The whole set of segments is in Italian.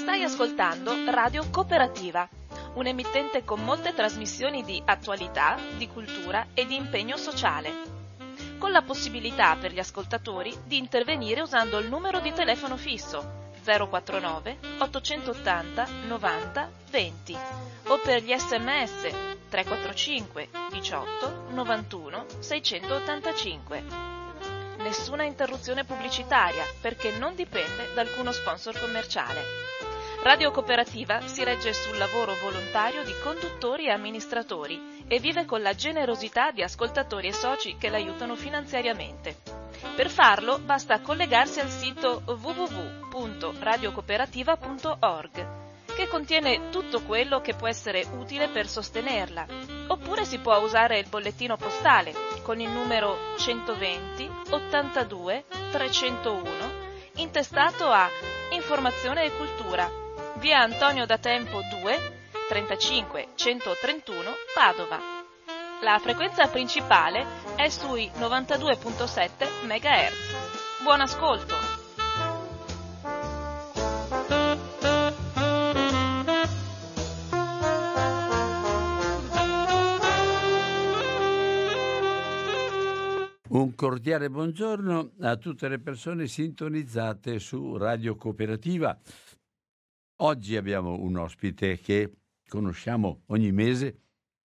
Stai ascoltando Radio Cooperativa, un emittente con molte trasmissioni di attualità, di cultura e di impegno sociale, con la possibilità per gli ascoltatori di intervenire usando il numero di telefono fisso 049 880 90 20 o per gli SMS 345 18 91 685. Nessuna interruzione pubblicitaria perché non dipende da alcuno sponsor commerciale. Radio Cooperativa si regge sul lavoro volontario di conduttori e amministratori e vive con la generosità di ascoltatori e soci che l'aiutano finanziariamente. Per farlo basta collegarsi al sito www.radiocooperativa.org, che contiene tutto quello che può essere utile per sostenerla, oppure si può usare il bollettino postale con il numero 120 82 301 intestato a Informazione e Cultura, via Antonio da Tempo 2 35 131 Padova. La frequenza principale è sui 92.7 MHz. Buon ascolto! Un cordiale buongiorno a tutte le persone sintonizzate su Radio Cooperativa. Oggi abbiamo un ospite che conosciamo ogni mese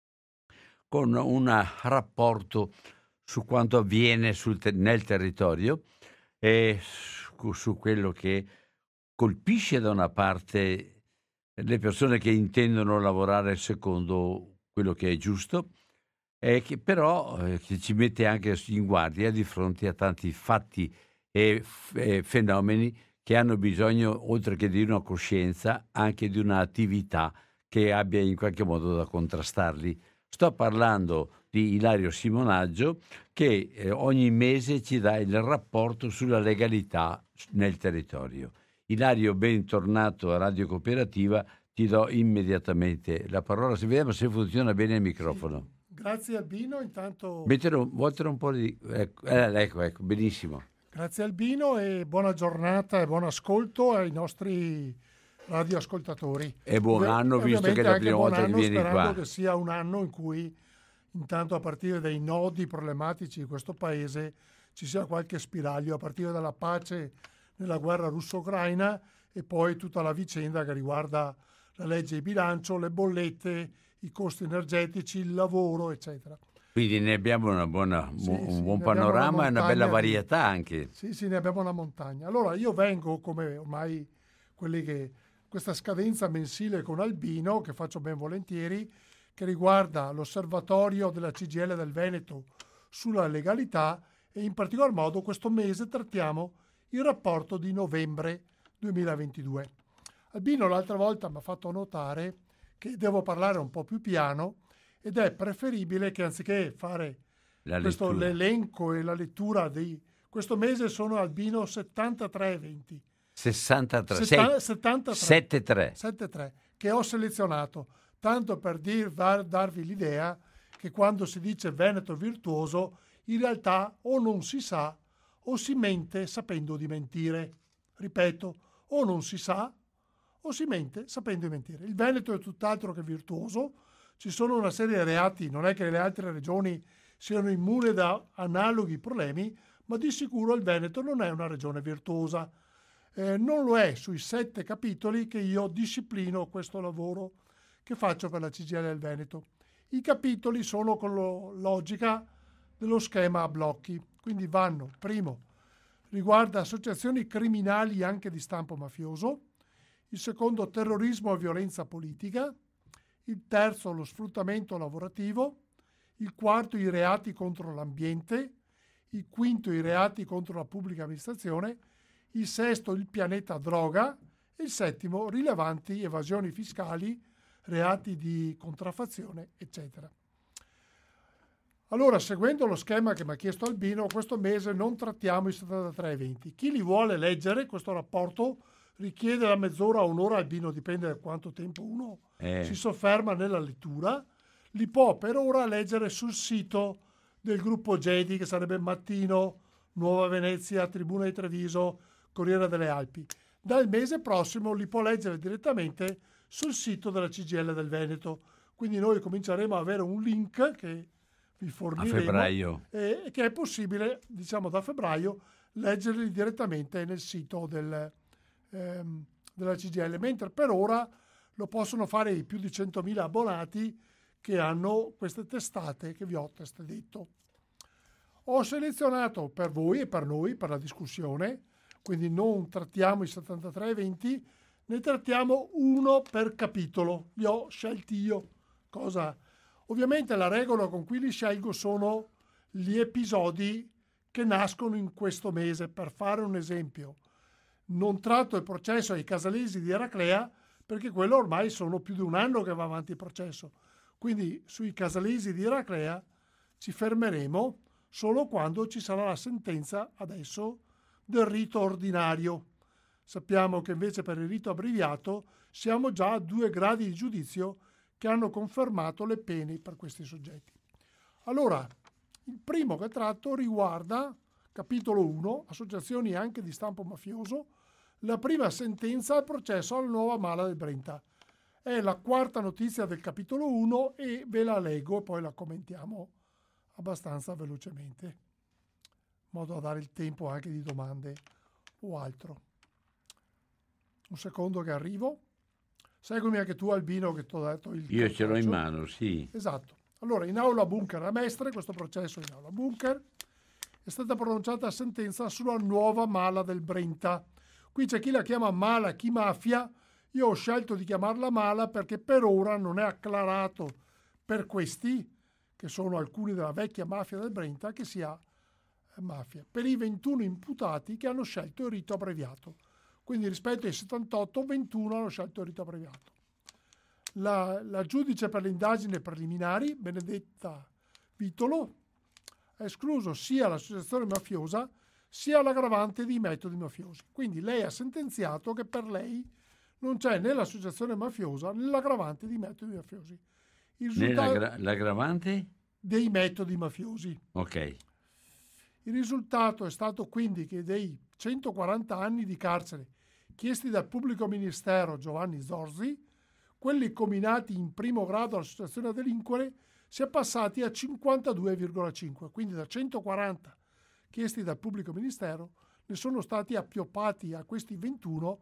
con un rapporto su quanto avviene nel territorio e su quello che colpisce da una parte le persone che intendono lavorare secondo quello che è giusto, che però che ci mette anche in guardia di fronte a tanti fatti e fenomeni che hanno bisogno, oltre che di una coscienza, anche di un'attività che abbia in qualche modo da contrastarli. Sto parlando di Ilario Simonaggio, che ogni mese ci dà il rapporto sulla legalità nel territorio. Ilario, bentornato a Radio Cooperativa, ti do immediatamente la parola, se vediamo se funziona bene il microfono. Sì. Grazie Albino, intanto... Voltero un po' di... Ecco, benissimo. Grazie Albino e buona giornata e buon ascolto ai nostri radioascoltatori. E buon anno, visto che è la prima volta che vieni qua. Sperando che sia un anno in cui, intanto a partire dai nodi problematici di questo paese, ci sia qualche spiraglio, a partire dalla pace nella guerra russo-ucraina e poi tutta la vicenda che riguarda la legge di bilancio, le bollette, i costi energetici, il lavoro, eccetera. Quindi ne abbiamo un buon panorama e una bella varietà anche. Sì, ne abbiamo una montagna. Allora io vengo, come ormai questa scadenza mensile con Albino, che faccio ben volentieri, che riguarda l'osservatorio della CGIL del Veneto sulla legalità e in particolar modo questo mese trattiamo il rapporto di novembre 2022. Albino l'altra volta mi ha fatto notare che devo parlare un po' più piano ed è preferibile che anziché fare l'elenco e la lettura di questo mese sono Albino 73 eventi. 63 73 che ho selezionato, tanto per darvi l'idea che quando si dice Veneto virtuoso in realtà o non si sa o si mente sapendo di mentire. Ripeto, o non si sa o si mente sapendo di mentire. Il Veneto è tutt'altro che virtuoso, ci sono una serie di reati, non è che le altre regioni siano immuni da analoghi problemi, ma di sicuro il Veneto non è una regione virtuosa. Non lo è sui 7 capitoli che io disciplino questo lavoro che faccio per la CGIL del Veneto. I capitoli sono con logica dello schema a blocchi, quindi vanno, primo, riguarda associazioni criminali anche di stampo mafioso, il secondo terrorismo e violenza politica, il terzo lo sfruttamento lavorativo, il quarto i reati contro l'ambiente, il quinto i reati contro la pubblica amministrazione, il sesto il pianeta droga e il settimo rilevanti evasioni fiscali, reati di contraffazione, eccetera. Allora, seguendo lo schema che mi ha chiesto Albino, questo mese non trattiamo i 73 eventi. Chi li vuole leggere, questo rapporto richiede da mezz'ora a un'ora, Albino, dipende da quanto tempo uno si sofferma nella lettura, li può per ora leggere sul sito del gruppo GEDI, che sarebbe Mattino, Nuova Venezia, Tribuna di Treviso, Corriere delle Alpi. dal mese prossimo li può leggere direttamente sul sito della CGIL del Veneto. Quindi noi cominceremo ad avere un link che vi forniremo. A febbraio. Che è possibile, diciamo da febbraio, leggerli direttamente nel sito della CGIL, mentre per ora lo possono fare i più di 100.000 abbonati che hanno queste testate che vi ho testé detto. Ho selezionato per voi e per noi, per la discussione, quindi non trattiamo i 73 eventi, ne trattiamo uno per capitolo. Li ho scelti io. Ovviamente la regola con cui li scelgo sono gli episodi che nascono in questo mese. Per fare un esempio, non tratto il processo ai Casalesi di Eraclea perché quello ormai sono più di un anno che va avanti il processo. Quindi sui Casalesi di Eraclea ci fermeremo solo quando ci sarà la sentenza adesso del rito ordinario. Sappiamo che invece per il rito abbreviato siamo già a 2 gradi di giudizio che hanno confermato le pene per questi soggetti. Allora, il primo che tratto riguarda, capitolo 1, associazioni anche di stampo mafioso, la prima sentenza al processo alla nuova Mala del Brenta. È la quarta notizia del capitolo 1 e ve la leggo e poi la commentiamo abbastanza velocemente, in modo da dare il tempo anche di domande o altro. Un secondo che arrivo. Seguimi anche tu, Albino, che ti ho detto il Io ce l'ho in mano, sì. Esatto. Allora, in aula bunker a Mestre, questo processo in aula bunker, è stata pronunciata sentenza sulla nuova Mala del Brenta. Qui c'è chi la chiama Mala, chi mafia. Io ho scelto di chiamarla Mala perché per ora non è acclarato per questi, che sono alcuni della vecchia mafia del Brenta, che sia mafia. Per i 21 imputati che hanno scelto il rito abbreviato. Quindi rispetto ai 78, 21 hanno scelto il rito abbreviato. La giudice per le indagini preliminari, Benedetta Vitolo, ha escluso sia l'associazione mafiosa sia l'aggravante di metodi mafiosi. Quindi lei ha sentenziato che per lei non c'è né l'associazione mafiosa né l'aggravante di metodi mafiosi. L'aggravante? Dei metodi mafiosi. Ok. Il risultato è stato quindi che dei 140 anni di carcere chiesti dal pubblico ministero Giovanni Zorzi, quelli comminati in primo grado all'associazione a delinquere, si è passati a 52,5. Quindi da 140 chiesti dal pubblico ministero ne sono stati appioppati a questi 21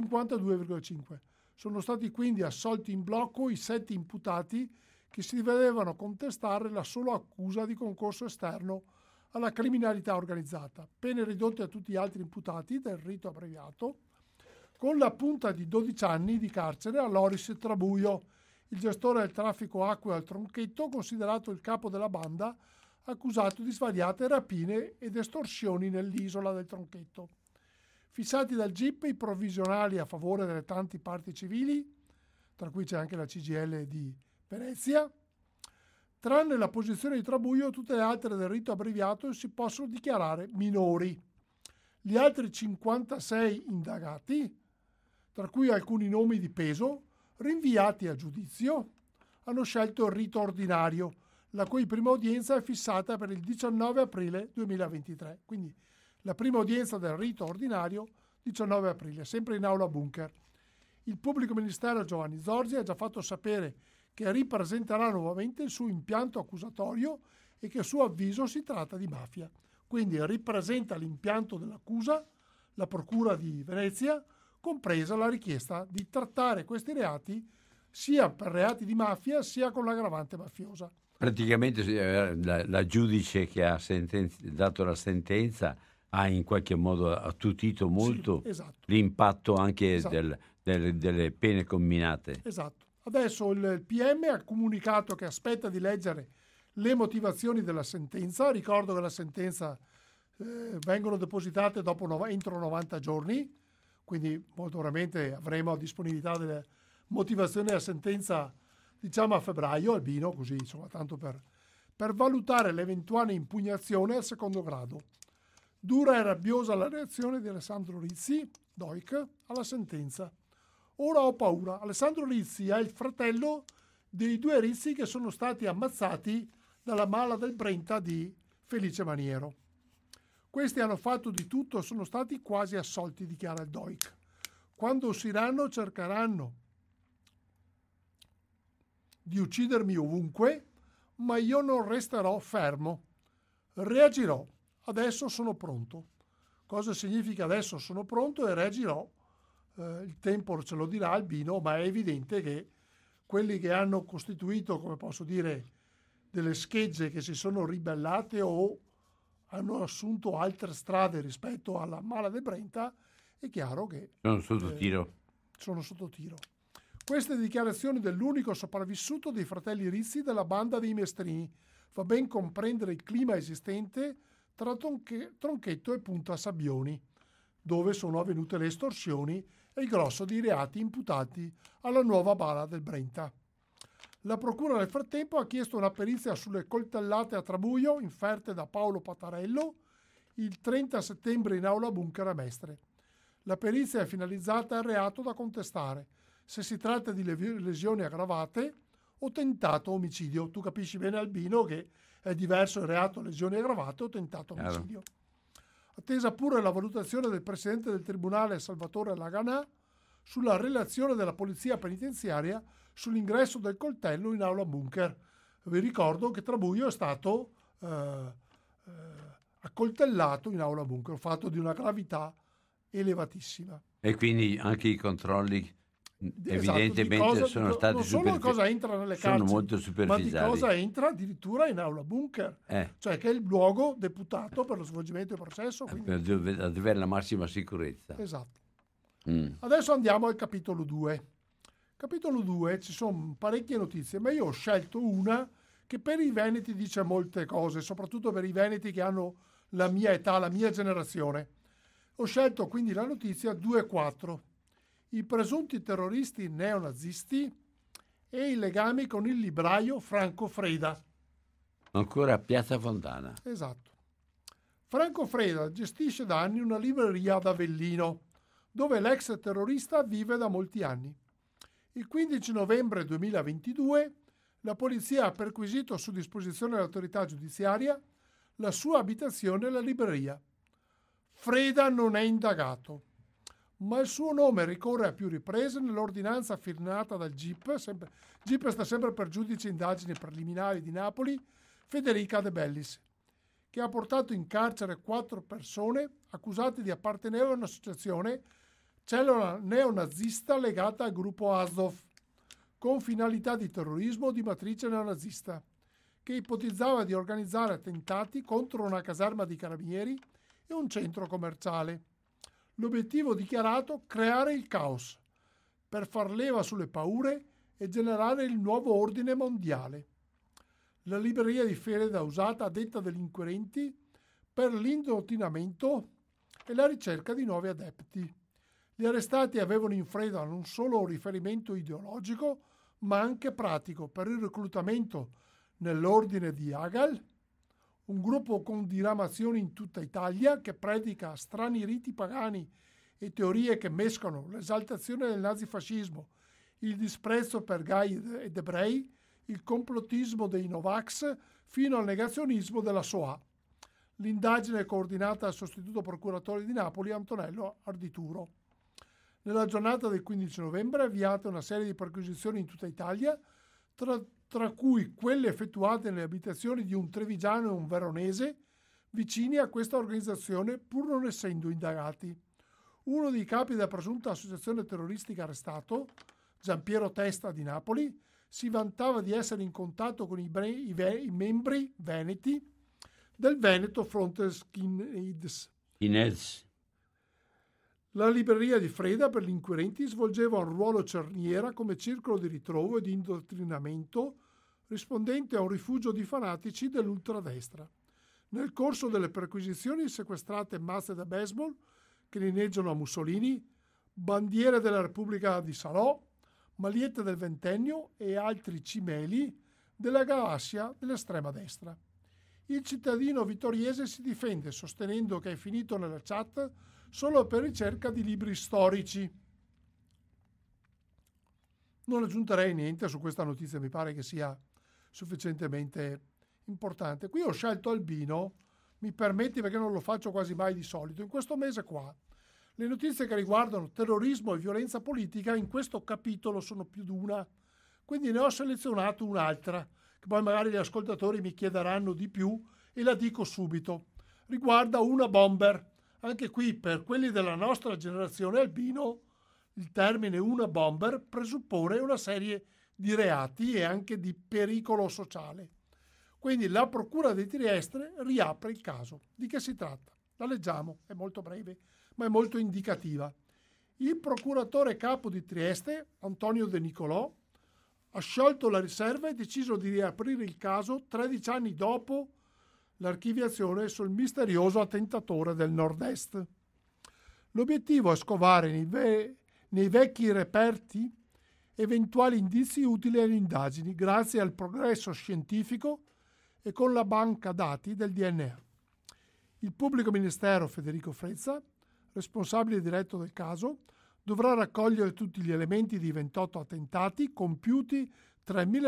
52,5. Sono stati quindi assolti in blocco i 7 imputati che si vedevano contestare la sola accusa di concorso esterno alla criminalità organizzata, pene ridotte a tutti gli altri imputati del rito abbreviato, con la punta di 12 anni di carcere a Loris Trabuio, il gestore del traffico acque al Tronchetto, considerato il capo della banda, accusato di svariate rapine ed estorsioni nell'isola del Tronchetto. Fissati dal GIP i provvisionali a favore delle tante parti civili, tra cui c'è anche la CGIL di Venezia. Tranne la posizione di Trabuio, tutte le altre del rito abbreviato si possono dichiarare minori. Gli altri 56 indagati, tra cui alcuni nomi di peso, rinviati a giudizio, hanno scelto il rito ordinario, la cui prima udienza è fissata per il 19 aprile 2023. Quindi la prima udienza del rito ordinario, 19 aprile, sempre in aula bunker. Il pubblico ministero Giovanni Zorzi ha già fatto sapere che ripresenterà nuovamente il suo impianto accusatorio e che a suo avviso si tratta di mafia. Quindi ripresenta l'impianto dell'accusa, la Procura di Venezia, compresa la richiesta di trattare questi reati sia per reati di mafia sia con l'aggravante mafiosa. Praticamente la giudice che ha dato la sentenza ha in qualche modo attutito molto l'impatto anche delle pene comminate. Esatto. Adesso il PM ha comunicato che aspetta di leggere le motivazioni della sentenza. Ricordo che la sentenza vengono depositate entro 90 giorni, quindi molto probabilmente avremo a disponibilità delle motivazioni della sentenza, diciamo a febbraio, Albino, così insomma, tanto per valutare l'eventuale impugnazione al secondo grado. Dura e rabbiosa la reazione di Alessandro Rizzi, Doic, alla sentenza. Ora ho paura. Alessandro Rizzi è il fratello dei 2 Rizzi che sono stati ammazzati dalla Mala del Brenta di Felice Maniero. Questi hanno fatto di tutto e sono stati quasi assolti, dichiara il Doic. Quando usciranno cercheranno di uccidermi ovunque, ma io non resterò fermo. Reagirò. Adesso sono pronto. Cosa significa adesso sono pronto e reagirò? Il tempo ce lo dirà Albino, ma è evidente che quelli che hanno costituito, come posso dire, delle schegge che si sono ribellate o hanno assunto altre strade rispetto alla mala del Brenta, è chiaro che sono sotto tiro. Sono sotto tiro. Queste dichiarazioni dell'unico sopravvissuto dei fratelli Rizzi della banda dei Mestrini fa ben comprendere il clima esistente tra Tronchetto e Punta Sabbioni, dove sono avvenute le estorsioni e il grosso dei reati imputati alla nuova bala del Brenta. La procura nel frattempo ha chiesto una perizia sulle coltellate a Trabuio inferte da Paolo Patarello il 30 settembre in aula bunker a Mestre. La perizia è finalizzata al reato da contestare, se si tratta di lesioni aggravate o tentato omicidio. Tu capisci bene, Albino, che è diverso il reato lesioni aggravate o tentato omicidio. Attesa pure la valutazione del presidente del tribunale Salvatore Laganà sulla relazione della polizia penitenziaria sull'ingresso del coltello in aula bunker. Vi ricordo che Trabuio è stato accoltellato in aula bunker, fatto di una gravità elevatissima. E quindi anche i controlli evidentemente sono stati non solo cosa entra nelle carceri, sono molto superficiali, ma di cosa entra addirittura in aula bunker, cioè che è il luogo deputato per lo svolgimento del processo, quindi per avere la massima sicurezza. Esatto. Adesso andiamo al capitolo 2. Capitolo 2 ci sono parecchie notizie, ma io ho scelto una che per i veneti dice molte cose, soprattutto per i veneti che hanno la mia età, la mia generazione. Ho scelto quindi la notizia 2.4. I presunti terroristi neonazisti e i legami con il libraio Franco Freda. Ancora a Piazza Fontana. Esatto. Franco Freda gestisce da anni una libreria ad Avellino, dove l'ex terrorista vive da molti anni. Il 15 novembre 2022 la polizia ha perquisito su disposizione dell'autorità giudiziaria la sua abitazione e la libreria. Freda non è indagato, ma il suo nome ricorre a più riprese nell'ordinanza firmata dal GIP, GIP sta sempre per Giudice Indagini Preliminari di Napoli, Federica De Bellis, che ha portato in carcere 4 persone accusate di appartenere a un'associazione cellula neonazista legata al gruppo Azov, con finalità di terrorismo di matrice neonazista, che ipotizzava di organizzare attentati contro una caserma di carabinieri e un centro commerciale. L'obiettivo dichiarato: creare il caos, per far leva sulle paure e generare il nuovo ordine mondiale. La libreria di Freda usata a detta degli inquirenti per l'indottrinamento e la ricerca di nuovi adepti. Gli arrestati avevano in Freda non solo un riferimento ideologico, ma anche pratico per il reclutamento nell'ordine di Agal, un gruppo con diramazioni in tutta Italia che predica strani riti pagani e teorie che mescolano l'esaltazione del nazifascismo, il disprezzo per gay ed ebrei, il complottismo dei Novax fino al negazionismo della Shoah. L'indagine è coordinata dal sostituto procuratore di Napoli Antonello Ardituro. Nella giornata del 15 novembre è avviata una serie di perquisizioni in tutta Italia, tra cui quelle effettuate nelle abitazioni di un trevigiano e un veronese vicini a questa organizzazione, pur non essendo indagati. Uno dei capi della presunta associazione terroristica arrestato, Giampiero Testa di Napoli, si vantava di essere in contatto con i membri veneti del Veneto Fronte Skinheads. La libreria di Freda per gli inquirenti svolgeva un ruolo cerniera come circolo di ritrovo e di indottrinamento rispondente a un rifugio di fanatici dell'ultradestra. Nel corso delle perquisizioni sequestrate mazze da baseball che lineggiano a Mussolini, bandiere della Repubblica di Salò, magliette del ventennio e altri cimeli della galassia dell'estrema destra. Il cittadino vittoriese si difende sostenendo che è finito nella chat solo per ricerca di libri storici. Non aggiungerei niente su questa notizia, mi pare che sia sufficientemente importante. Qui ho scelto Albino, mi permetti perché non lo faccio quasi mai di solito, in questo mese qua. Le notizie che riguardano terrorismo e violenza politica in questo capitolo sono più di una, quindi ne ho selezionato un'altra, che poi magari gli ascoltatori mi chiederanno di più e la dico subito. Riguarda una bomber. Anche qui, per quelli della nostra generazione albino, il termine una bomber presuppone una serie di reati e anche di pericolo sociale. Quindi la Procura di Trieste riapre il caso. Di che si tratta? La leggiamo, è molto breve, ma è molto indicativa. Il procuratore capo di Trieste, Antonio De Nicolò, ha sciolto la riserva e deciso di riaprire il caso 13 anni dopo l'archiviazione sul misterioso attentatore del Nord-Est. L'obiettivo è scovare nei vecchi reperti eventuali indizi utili alle indagini grazie al progresso scientifico e con la banca dati del DNA. Il pubblico ministero Federico Frezza, responsabile diretto del caso, dovrà raccogliere tutti gli elementi di 28 attentati compiuti tra il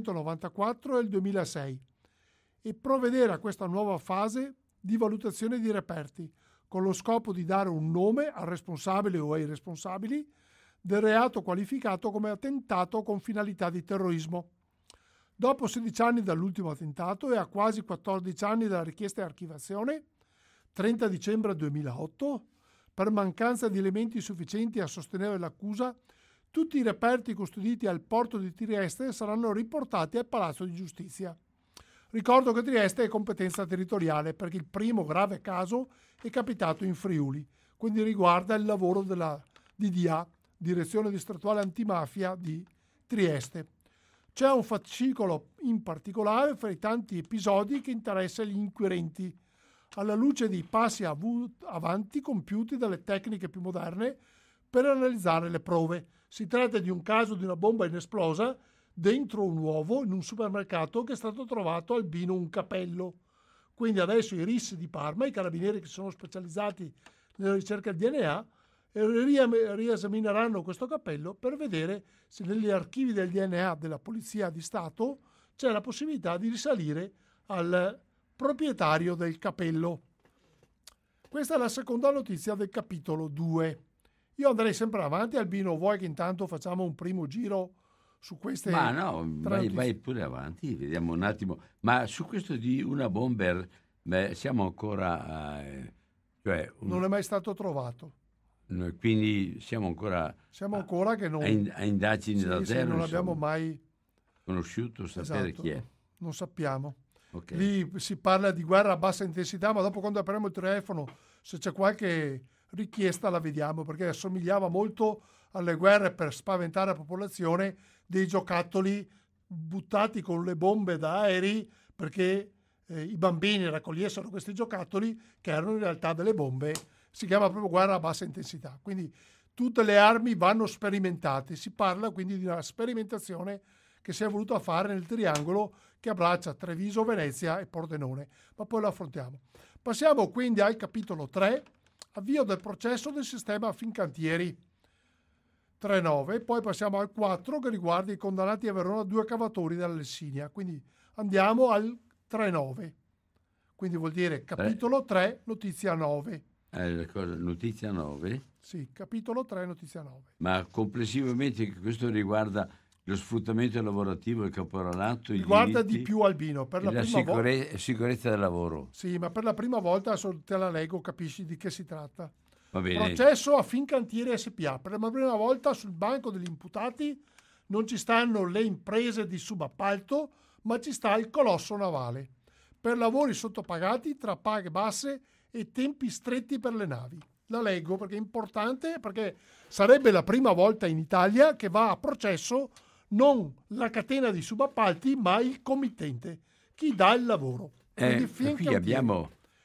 1994 e il 2006 e provvedere a questa nuova fase di valutazione di reperti, con lo scopo di dare un nome al responsabile o ai responsabili del reato qualificato come attentato con finalità di terrorismo. Dopo 16 anni dall'ultimo attentato e a quasi 14 anni dalla richiesta di archiviazione, 30 dicembre 2008, per mancanza di elementi sufficienti a sostenere l'accusa, tutti i reperti custoditi al porto di Trieste saranno riportati al Palazzo di Giustizia. Ricordo che Trieste è competenza territoriale perché il primo grave caso è capitato in Friuli, quindi riguarda il lavoro della DDA, Direzione Distrettuale Antimafia di Trieste. C'è un fascicolo in particolare fra i tanti episodi che interessa gli inquirenti, alla luce dei passi avanti compiuti dalle tecniche più moderne per analizzare le prove. Si tratta di un caso di una bomba inesplosa dentro un uovo in un supermercato che è stato trovato albino un capello. Quindi adesso i RIS di Parma, i carabinieri che sono specializzati nella ricerca del DNA, riesamineranno questo cappello per vedere se negli archivi del DNA della Polizia di Stato c'è la possibilità di risalire al proprietario del capello. Questa è la seconda notizia del capitolo 2. Io andrei sempre avanti, Albino, vuoi che intanto facciamo un primo giro su queste... Ma no, vai pure avanti, vediamo un attimo. Ma su questo di una bomber, siamo ancora... non è mai stato trovato. Quindi siamo ancora che non... a indagini da zero. Non abbiamo mai conosciuto, sapere chi è. Non sappiamo. Okay. Lì si parla di guerra a bassa intensità, ma dopo quando apriamo il telefono, se c'è qualche richiesta la vediamo, perché assomigliava molto alle guerre per spaventare la popolazione dei giocattoli buttati con le bombe da aerei perché i bambini raccogliessero questi giocattoli che erano in realtà delle bombe. Si chiama proprio guerra a bassa intensità. Quindi tutte le armi vanno sperimentate. Si parla quindi di una sperimentazione che si è voluta fare nel triangolo che abbraccia Treviso, Venezia e Pordenone, ma poi lo affrontiamo. Passiamo quindi al capitolo 3, avvio del processo del sistema Fincantieri 3.9, poi passiamo al 4 che riguarda i condannati a Verona 2 cavatori della Lessinia, quindi andiamo al 3.9, quindi vuol dire capitolo 3, notizia 9. Notizia 9? Sì, capitolo 3, notizia 9. Ma complessivamente questo riguarda lo sfruttamento lavorativo, il caporalato, riguarda di più Albino per la prima sicurezza del lavoro. Sì, ma per la prima volta, adesso te la leggo, capisci di che si tratta. Va bene. Processo a Fincantieri SPA. Per la prima volta sul banco degli imputati non ci stanno le imprese di subappalto, ma ci sta il colosso navale. Per lavori sottopagati, tra paghe basse e tempi stretti per le navi. La leggo perché è importante, perché sarebbe la prima volta in Italia che va a processo non la catena di subappalti, ma il committente, chi dà il lavoro. Qui abbiamo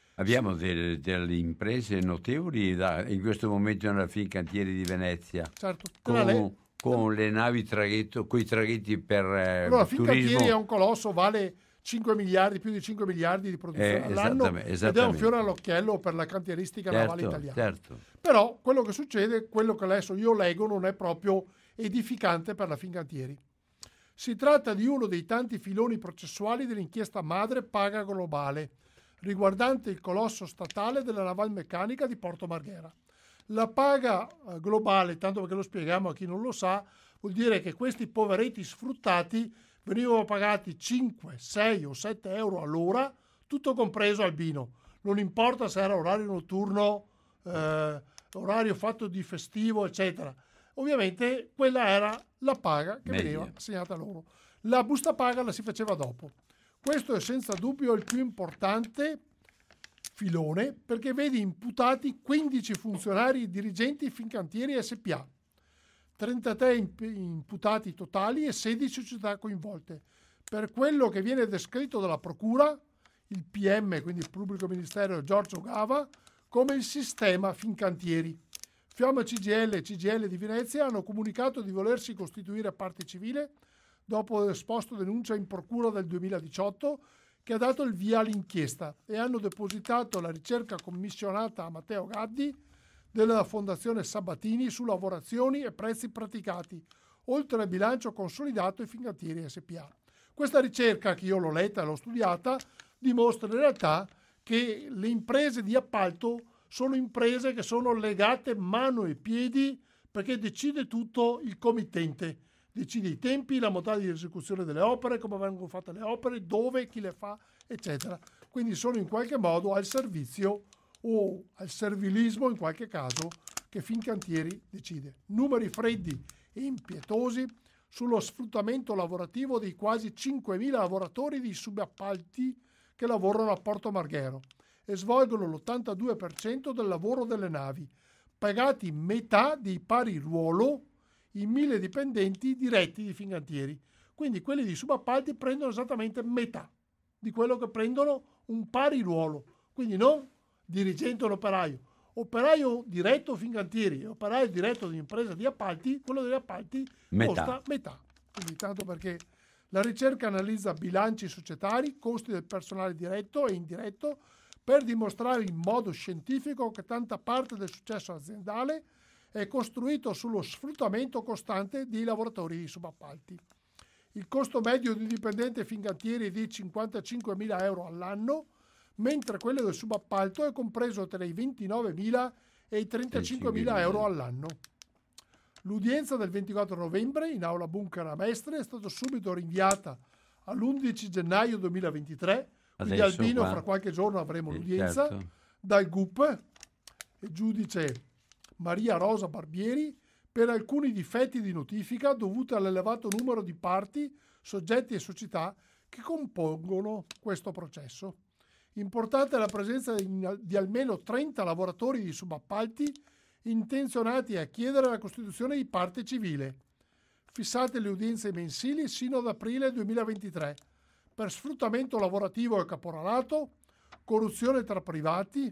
delle imprese notevoli in questo momento nella Fincantieri di Venezia. Certo. Con le navi traghetto, con i traghetti per allora, turismo. Fincantieri è un colosso, vale 5 miliardi, più di 5 miliardi di produzione all'anno, ed è un fiore all'occhiello per la cantieristica navale italiana. Certo. Però quello che succede, quello che adesso io leggo, non è proprio edificante per la Fincantieri. Si tratta di uno dei tanti filoni processuali dell'inchiesta madre Paga Globale, riguardante il colosso statale della navalmeccanica di Porto Marghera. La paga globale, tanto perché lo spieghiamo a chi non lo sa, vuol dire che questi poveretti sfruttati venivano pagati 5, 6 o 7 euro all'ora, tutto compreso albino. Non importa se era orario notturno, orario fatto di festivo, eccetera. Ovviamente quella era la paga che veniva assegnata loro. La busta paga la si faceva dopo. Questo è senza dubbio il più importante filone, perché vede imputati 15 funzionari e dirigenti Fincantieri SPA, 33 imputati totali e 16 società coinvolte. Per quello che viene descritto dalla Procura, il PM, quindi il pubblico ministero Giorgio Gava, come il sistema Fincantieri. Fiamma CGL e CGL di Venezia hanno comunicato di volersi costituire parte civile dopo l'esposto denuncia in procura del 2018 che ha dato il via all'inchiesta, e hanno depositato la ricerca commissionata a Matteo Gaddi della Fondazione Sabatini su lavorazioni e prezzi praticati, oltre al bilancio consolidato e Fincantieri SPA. Questa ricerca, che io l'ho letta e l'ho studiata, dimostra in realtà che le imprese di appalto sono imprese che sono legate mano e piedi, perché decide tutto il committente. Decide i tempi, la modalità di esecuzione delle opere, come vengono fatte le opere, dove, chi le fa, eccetera. Quindi sono in qualche modo al servizio o al servilismo, in qualche caso, che Fincantieri decide. Numeri freddi e impietosi sullo sfruttamento lavorativo dei quasi 5.000 lavoratori di subappalti che lavorano a Porto Marghero e svolgono l'82% del lavoro delle navi, pagati metà dei pari ruolo i 1.000 dipendenti diretti di Fincantieri. Quindi quelli di subappalti prendono esattamente metà di quello che prendono un pari ruolo. Quindi non dirigente o operaio diretto Fincantieri e operaio diretto di un'impresa di appalti, quello degli appalti costa metà. Quindi tanto perché la ricerca analizza bilanci societari, costi del personale diretto e indiretto, per dimostrare in modo scientifico che tanta parte del successo aziendale è costruito sullo sfruttamento costante dei lavoratori di subappalti. Il costo medio di dipendente Fincantieri è di 55.000 euro all'anno, mentre quello del subappalto è compreso tra i 29.000 e i 35.000 euro all'anno. L'udienza del 24 novembre in aula Bunker a Mestre è stata subito rinviata all'11 gennaio 2023, quindi adesso Albino qua, fra qualche giorno avremo l'udienza, certo, dal GUP, il giudice Maria Rosa Barbieri, per alcuni difetti di notifica dovuti all'elevato numero di parti, soggetti e società che compongono questo processo. Importante è la presenza di almeno 30 lavoratori di subappalti intenzionati a chiedere la costituzione di parte civile. Fissate le udienze mensili sino ad aprile 2023 per sfruttamento lavorativo e caporalato, corruzione tra privati.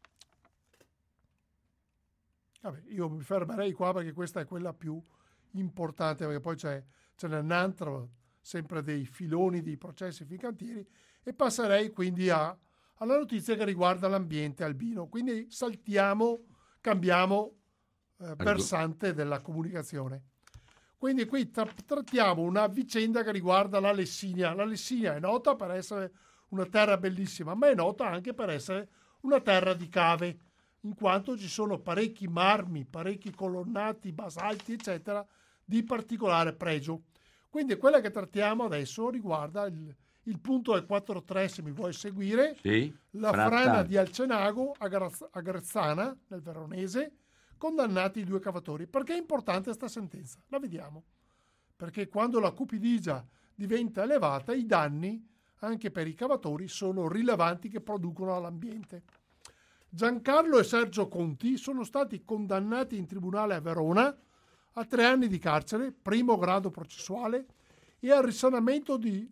Vabbè, io mi fermerei qua perché questa è quella più importante, perché poi ce n'è un'altra, sempre dei filoni di processi Fincantieri, e passerei quindi alla notizia che riguarda l'ambiente albino. Quindi cambiamo versante della comunicazione. Quindi qui trattiamo una vicenda che riguarda la Lessinia. La Lessinia è nota per essere una terra bellissima, ma è nota anche per essere una terra di cave, in quanto ci sono parecchi marmi, parecchi colonnati, basalti, eccetera, di particolare pregio. Quindi quella che trattiamo adesso riguarda il punto è 4.3, se mi vuoi seguire, sì, la frana di Alcenago a Grezzana, nel Veronese, condannati i 2 cavatori. Perché è importante questa sentenza? La vediamo. Perché quando la cupidigia diventa elevata, i danni anche per i cavatori sono rilevanti, che producono all'ambiente. Giancarlo e Sergio Conti sono stati condannati in tribunale a Verona a 3 anni di carcere, primo grado processuale, e al risarcimento di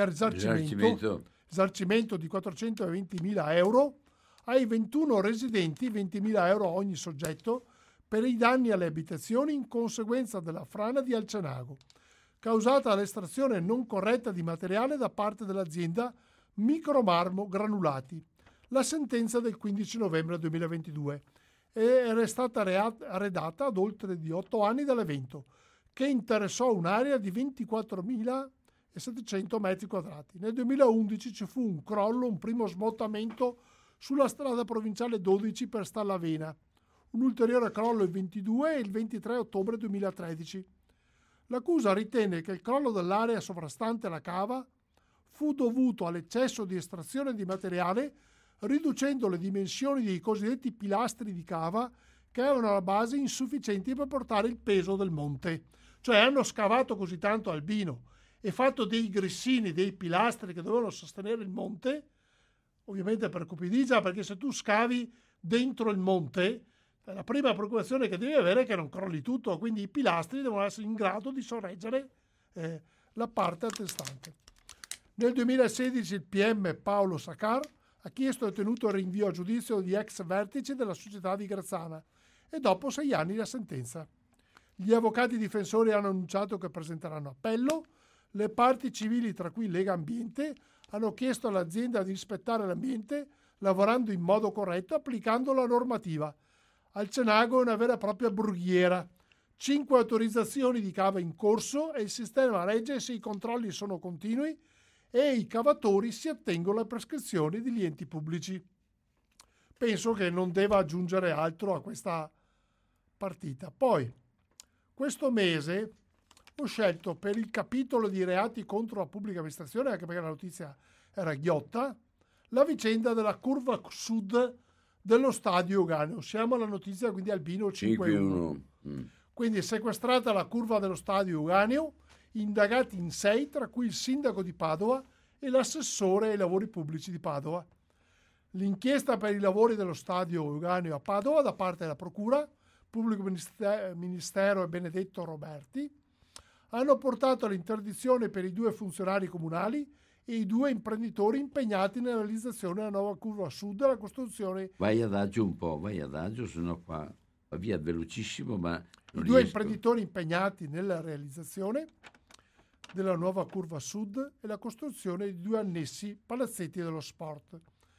420.000 euro ai 21 residenti, 20.000 euro a ogni soggetto, per i danni alle abitazioni in conseguenza della frana di Alcenago, causata dall'estrazione non corretta di materiale da parte dell'azienda Micromarmo Granulati. La sentenza del 15 novembre 2022 era stata arredata ad oltre di 8 anni dall'evento, che interessò un'area di 24.700 metri quadrati. Nel 2011 ci fu un primo smottamento sulla strada provinciale 12 per Stallavena, un ulteriore crollo il 22 e il 23 ottobre 2013. L'accusa ritenne che il crollo dell'area sovrastante la cava fu dovuto all'eccesso di estrazione di materiale, riducendo le dimensioni dei cosiddetti pilastri di cava che avevano alla base insufficienti per portare il peso del monte. Cioè hanno scavato così tanto Albino e fatto dei grissini, dei pilastri che dovevano sostenere il monte, ovviamente per cupidigia, perché se tu scavi dentro il monte, la prima preoccupazione che devi avere è che non crolli tutto, quindi i pilastri devono essere in grado di sorreggere la parte antestante. Nel 2016 il PM Paolo Sacar ha chiesto e ottenuto il rinvio a giudizio di ex vertici della società di Grazzana e dopo 6 anni la sentenza. Gli avvocati difensori hanno annunciato che presenteranno appello. Le parti civili, tra cui Lega Ambiente, hanno chiesto all'azienda di rispettare l'ambiente lavorando in modo corretto applicando la normativa. Al Cenago è una vera e propria brughiera. 5 autorizzazioni di cava in corso e il sistema regge se i controlli sono continui e i cavatori si attengono alle prescrizioni degli enti pubblici. Penso che non deva aggiungere altro a questa partita. Poi, questo mese ho scelto per il capitolo di reati contro la pubblica amministrazione, anche perché la notizia era ghiotta, la vicenda della curva sud dello stadio Euganeo. Siamo alla notizia quindi Albino 5-1. Quindi sequestrata la curva dello stadio Euganeo, indagati in 6, tra cui il sindaco di Padova e l'assessore ai lavori pubblici di Padova. L'inchiesta per i lavori dello stadio Euganeo a Padova da parte della Procura, Pubblico Ministero e Benedetto Roberti hanno portato all'interdizione per i 2 funzionari comunali e i 2 imprenditori impegnati nella realizzazione della nuova curva sud e la costruzione. Vai adagio un po', sennò qua va via velocissimo, ma non I 2 riesco. imprenditori impegnati nella realizzazione della nuova curva sud e la costruzione di 2 annessi palazzetti dello sport.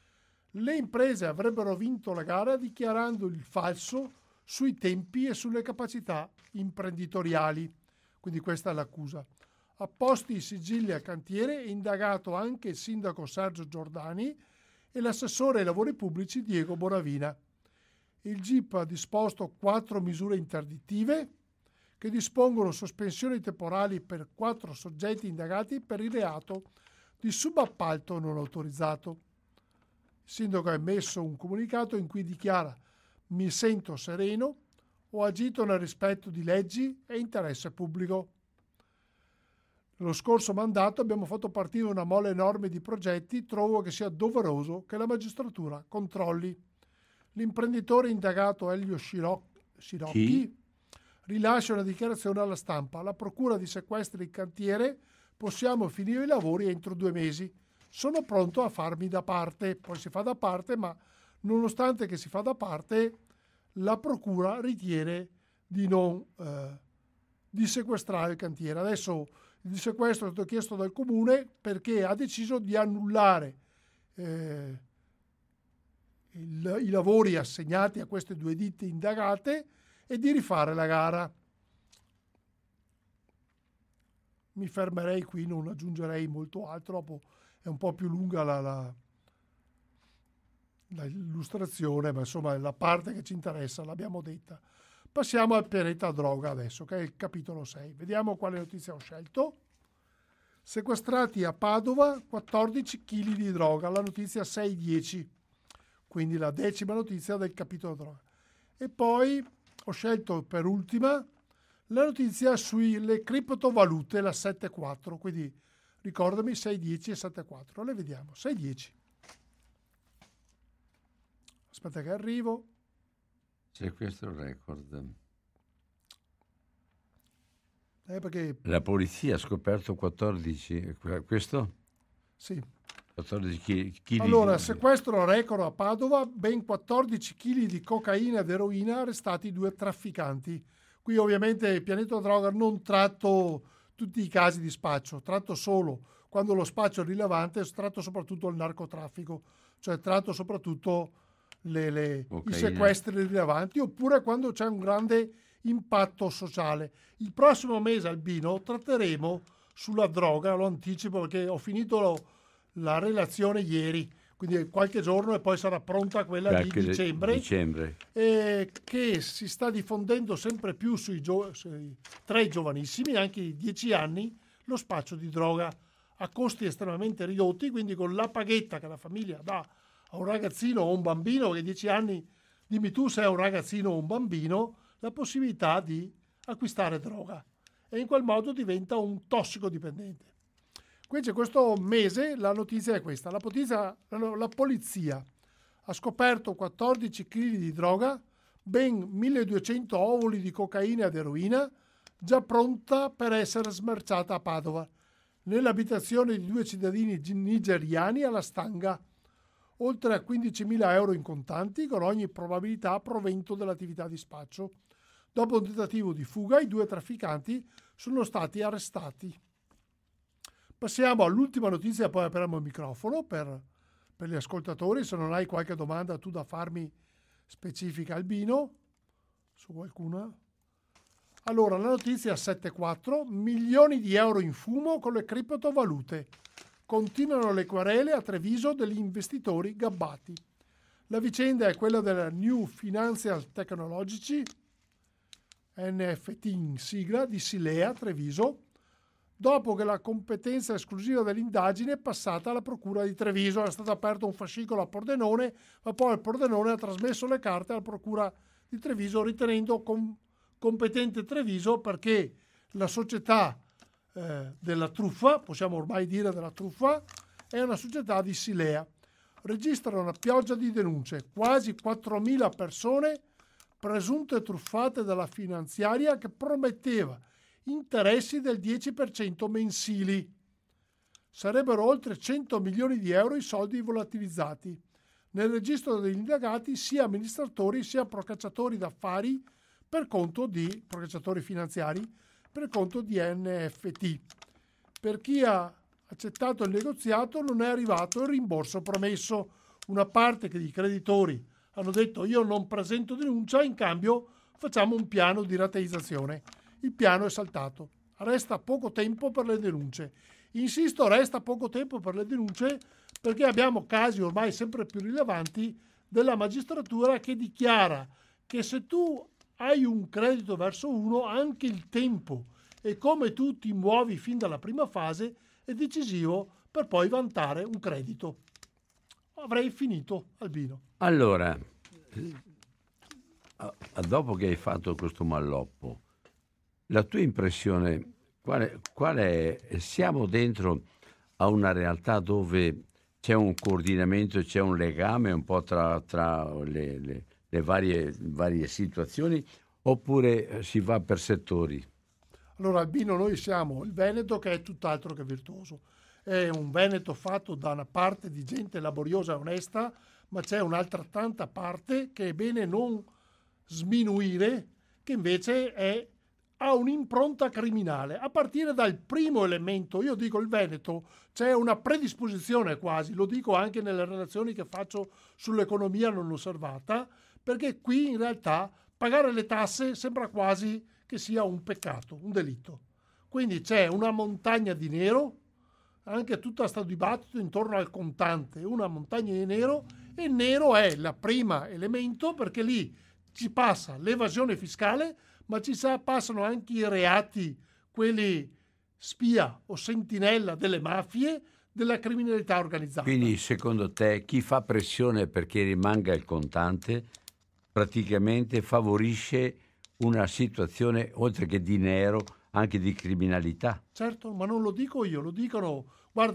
Le imprese avrebbero vinto la gara dichiarando il falso sui tempi e sulle capacità imprenditoriali. Quindi questa è l'accusa. Apposti i sigilli al cantiere e indagato anche il sindaco Sergio Giordani e l'assessore ai lavori pubblici Diego Bonavina. Il GIP ha disposto 4 misure interdittive che dispongono sospensioni temporali per 4 soggetti indagati per il reato di subappalto non autorizzato. Il sindaco ha emesso un comunicato in cui dichiara: mi sento sereno, ho agito nel rispetto di leggi e interesse pubblico. Nello scorso mandato abbiamo fatto partire una mole enorme di progetti, trovo che sia doveroso che la magistratura controlli. L'imprenditore indagato Elio Scirocchi rilascia una dichiarazione alla stampa. La procura di sequestri il cantiere, possiamo finire i lavori entro 2 mesi. Sono pronto a farmi da parte. Poi si fa da parte, ma nonostante che si fa da parte, la procura ritiene di non di sequestrare il cantiere. Adesso il sequestro è stato chiesto dal comune perché ha deciso di annullare i lavori assegnati a queste 2 ditte indagate e di rifare la gara. Mi fermerei qui, non aggiungerei molto altro, dopo è un po' più lunga la illustrazione, ma insomma la parte che ci interessa l'abbiamo detta. Passiamo al pianeta droga adesso, che è il capitolo 6. Vediamo quale notizia ho scelto. Sequestrati a Padova 14 kg di droga, la notizia 6-10, quindi la 10ª notizia del capitolo droga. E poi ho scelto per ultima la notizia sulle criptovalute, la 7-4, quindi ricordami 6-10 e 7-4. Le vediamo, 6-10. Aspetta che arrivo. Sequestro record. Perché... La polizia ha scoperto 14, questo? Sì. 14 kg. Allora, sequestro record a Padova, ben 14 kg di cocaina ed eroina, arrestati 2 trafficanti. Qui ovviamente il pianeta droga non tratto tutti i casi di spaccio, tratto solo quando lo spaccio è rilevante, tratto soprattutto il narcotraffico, cioè tratto soprattutto i sequestri rilevanti, oppure quando c'è un grande impatto sociale. Il prossimo mese, Albino, tratteremo sulla droga, lo anticipo perché ho finito la relazione ieri, quindi qualche giorno e poi sarà pronta quella di dicembre. Che si sta diffondendo sempre più tra i giovanissimi, anche i 10 anni, lo spaccio di droga a costi estremamente ridotti, quindi con la paghetta che la famiglia dà a un ragazzino o un bambino che a 10 anni, dimmi tu se è un ragazzino o un bambino, la possibilità di acquistare droga e in quel modo diventa un tossicodipendente. Quindi questo mese la notizia è questa: la polizia ha scoperto 14 kg di droga, ben 1200 ovuli di cocaina ed eroina, già pronta per essere smerciata a Padova, nell'abitazione di 2 cittadini nigeriani alla Stanga, oltre a 15.000 euro in contanti, con ogni probabilità provento dell'attività di spaccio. Dopo un tentativo di fuga, i 2 trafficanti sono stati arrestati. Passiamo all'ultima notizia, poi apriamo il microfono per gli ascoltatori. Se non hai qualche domanda tu da farmi specifica, Albino, su qualcuna. Allora, la notizia 7.4, milioni di euro in fumo con le criptovalute. Continuano le querele a Treviso degli investitori gabbati. La vicenda è quella della New Financial Technology, NFT in sigla, di Silea, Treviso, dopo che la competenza esclusiva dell'indagine è passata alla Procura di Treviso. Era stato aperto un fascicolo a Pordenone, ma poi il Pordenone ha trasmesso le carte alla Procura di Treviso, ritenendo competente Treviso, perché la società della truffa, possiamo ormai dire della truffa, è una società di Silea. Registra una pioggia di denunce, quasi 4.000 persone presunte truffate dalla finanziaria che prometteva interessi del 10% mensili. Sarebbero oltre 100 milioni di euro i soldi volatilizzati. Nel registro degli indagati sia amministratori sia procacciatori d'affari procacciatori finanziari per conto di NFT. Per chi ha accettato il negoziato non è arrivato il rimborso promesso. Una parte che i creditori hanno detto: io non presento denuncia, in cambio facciamo un piano di rateizzazione. Il piano è saltato. Resta poco tempo per le denunce. Insisto, resta poco tempo per le denunce perché abbiamo casi ormai sempre più rilevanti della magistratura che dichiara che se tu hai un credito verso uno, anche il tempo e come tu ti muovi fin dalla prima fase è decisivo per poi vantare un credito. Avrei finito, Albino. Allora, dopo che hai fatto questo malloppo, la tua impressione qual è? Siamo dentro a una realtà dove c'è un coordinamento, c'è un legame un po' tra le varie situazioni, oppure si va per settori? Allora, Albino, noi siamo il Veneto, che è tutt'altro che virtuoso. È un Veneto fatto da una parte di gente laboriosa e onesta, ma c'è un'altra tanta parte che è bene non sminuire, che invece ha un'impronta criminale. A partire dal primo elemento, io dico il Veneto, c'è una predisposizione quasi, lo dico anche nelle relazioni che faccio sull'economia non osservata, perché qui in realtà pagare le tasse sembra quasi che sia un peccato, un delitto. Quindi c'è una montagna di nero, anche tutto questo dibattito intorno al contante, una montagna di nero, e il nero è il primo elemento perché lì ci passa l'evasione fiscale, ma ci passano anche i reati, quelli spia o sentinella delle mafie, della criminalità organizzata. Quindi secondo te chi fa pressione perché rimanga il contante praticamente favorisce una situazione, oltre che di nero, anche di criminalità? Certo, ma non lo dico io, lo dicono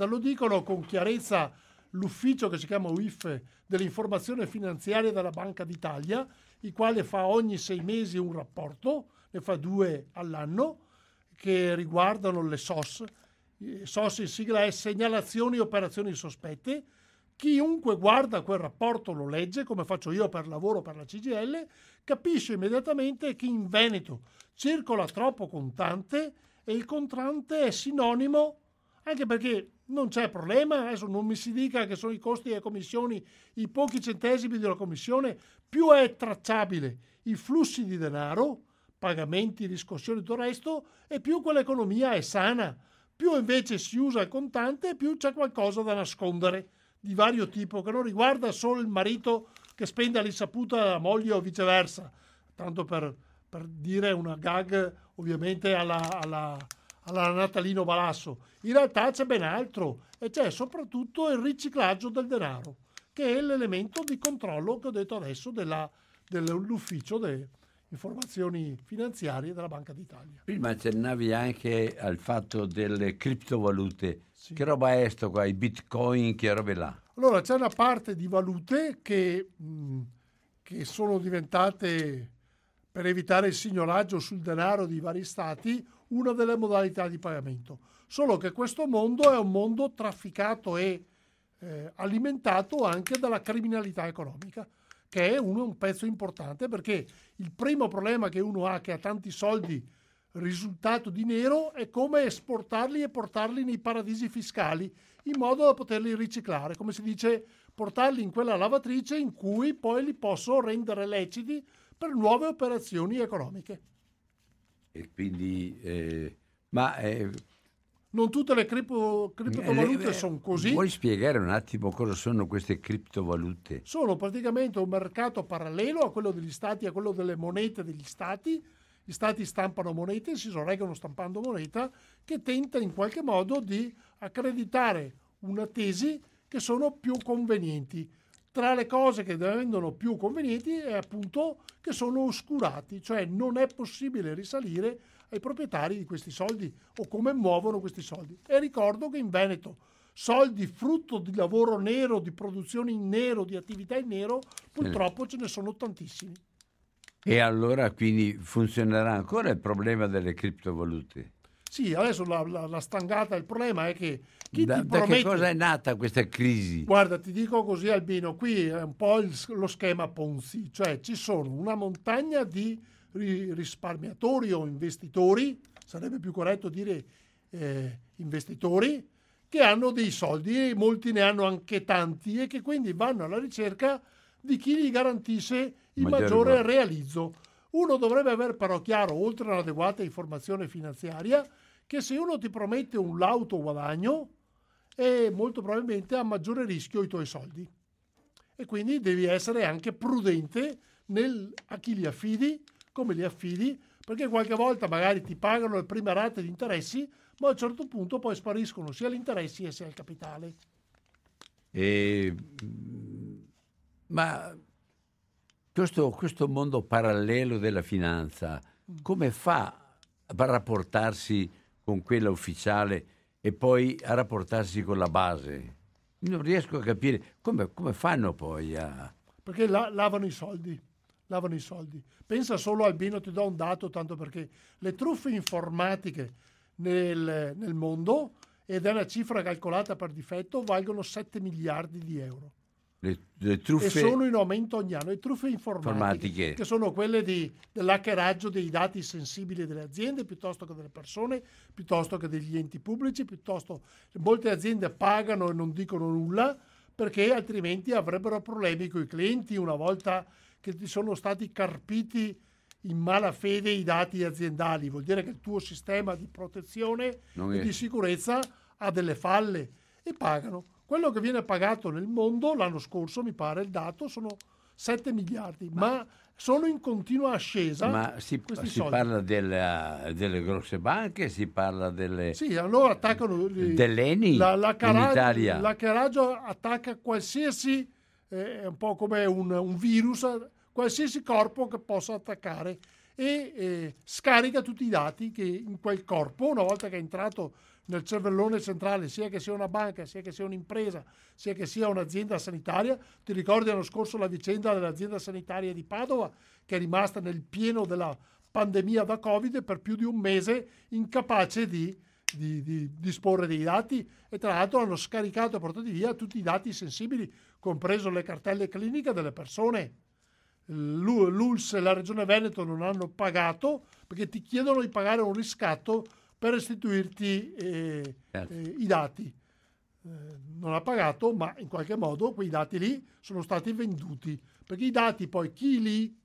con chiarezza l'ufficio che si chiama UIF dell'informazione finanziaria della Banca d'Italia, il quale fa ogni 6 mesi un rapporto, ne fa 2 all'anno, che riguardano le SOS. SOS in sigla è segnalazioni e operazioni sospette. Chiunque guarda quel rapporto, lo legge, come faccio io per lavoro per la CGIL, capisce immediatamente che in Veneto circola troppo contante e il contante è sinonimo, anche perché non c'è problema, adesso non mi si dica che sono i costi e commissioni, i pochi centesimi della commissione, più è tracciabile i flussi di denaro, pagamenti, riscossioni e tutto il resto, e più quell'economia è sana. Più invece si usa il contante, più c'è qualcosa da nascondere. di vario tipo, che non riguarda solo il marito che spende all'insaputa la moglie o viceversa, tanto per dire una gag ovviamente alla Natalino Balasso. In realtà c'è ben altro, e c'è soprattutto il riciclaggio del denaro, che è l'elemento di controllo che ho detto adesso dell'ufficio delle informazioni finanziarie della Banca d'Italia. Prima accennavi anche al fatto delle criptovalute. Sì. Che roba è sto qua? I bitcoin, che robe là? Allora, c'è una parte di valute che sono diventate, per evitare il signoraggio sul denaro di vari stati, una delle modalità di pagamento. Solo che questo mondo è un mondo trafficato e alimentato anche dalla criminalità economica, che è un pezzo importante, perché il primo problema che uno ha, che ha tanti soldi risultato di nero, è come esportarli e portarli nei paradisi fiscali in modo da poterli riciclare, come si dice, portarli in quella lavatrice in cui poi li posso rendere leciti per nuove operazioni economiche. E quindi non tutte le criptovalute sono così. Vuoi spiegare un attimo cosa sono queste criptovalute? Sono praticamente un mercato parallelo a quello degli stati, a quello delle monete degli stati. Gli stati stampano monete, si sorreggono stampando moneta, che tenta in qualche modo di accreditare una tesi che sono più convenienti. Tra le cose che rendono più convenienti è appunto che sono oscurati, cioè non è possibile risalire ai proprietari di questi soldi o come muovono questi soldi. E ricordo che in Veneto soldi frutto di lavoro nero, di produzione in nero, di attività in nero, purtroppo ce ne sono tantissimi. E allora quindi funzionerà ancora il problema delle criptovalute? Sì, adesso la stangata, il problema è che chi Da ti promette... che cosa è nata questa crisi? Guarda, ti dico così Albino, qui è un po' lo schema Ponzi, cioè ci sono una montagna di risparmiatori o investitori, sarebbe più corretto dire investitori, che hanno dei soldi, e molti ne hanno anche tanti, e che quindi vanno alla ricerca di chi gli garantisce il maggiore realizzo. Uno dovrebbe aver però chiaro, oltre all'adeguata informazione finanziaria, che se uno ti promette un lauto guadagno, molto probabilmente ha maggiore rischio i tuoi soldi. E quindi devi essere anche prudente a chi li affidi, come li affidi, perché qualche volta magari ti pagano le prime rate di interessi, ma a un certo punto poi spariscono sia gli interessi sia il capitale. Ma questo mondo parallelo della finanza, come fa a rapportarsi con quella ufficiale e poi a rapportarsi con la base? Non riesco a capire come fanno poi a... Perché lavano i soldi. Pensa solo, Albino, ti do un dato, tanto perché le truffe informatiche nel mondo, ed è una cifra calcolata per difetto, valgono 7 miliardi di euro. Le truffe... E sono in aumento ogni anno. Le truffe informatiche, che sono quelle dell'hackeraggio dei dati sensibili delle aziende, piuttosto che delle persone, piuttosto che degli enti pubblici, molte aziende pagano e non dicono nulla, perché altrimenti avrebbero problemi con i clienti una volta che ti sono stati carpiti in malafede i dati aziendali. Vuol dire che il tuo sistema di protezione e di sicurezza ha delle falle, e pagano. Quello che viene pagato nel mondo l'anno scorso, mi pare il dato, sono 7 miliardi, ma sono in continua ascesa. Ma si parla delle grosse banche, si parla delle... Sì, allora attaccano... dell'ENI in Italia. L'hackeraggio attacca qualsiasi, è un po' come un virus, qualsiasi corpo che possa attaccare, e scarica tutti i dati che in quel corpo, una volta che è entrato nel cervellone centrale, sia che sia una banca, sia che sia un'impresa, sia che sia un'azienda sanitaria. Ti ricordi l'anno scorso la vicenda dell'azienda sanitaria di Padova, che è rimasta nel pieno della pandemia da Covid per più di un mese, incapace di disporre dei dati, e tra l'altro hanno scaricato e portato via tutti i dati sensibili, compreso le cartelle cliniche delle persone. L'ULSS e la Regione Veneto non hanno pagato, perché ti chiedono di pagare un riscatto per restituirti i dati. Non ha pagato, ma in qualche modo quei dati lì sono stati venduti, perché i dati poi chi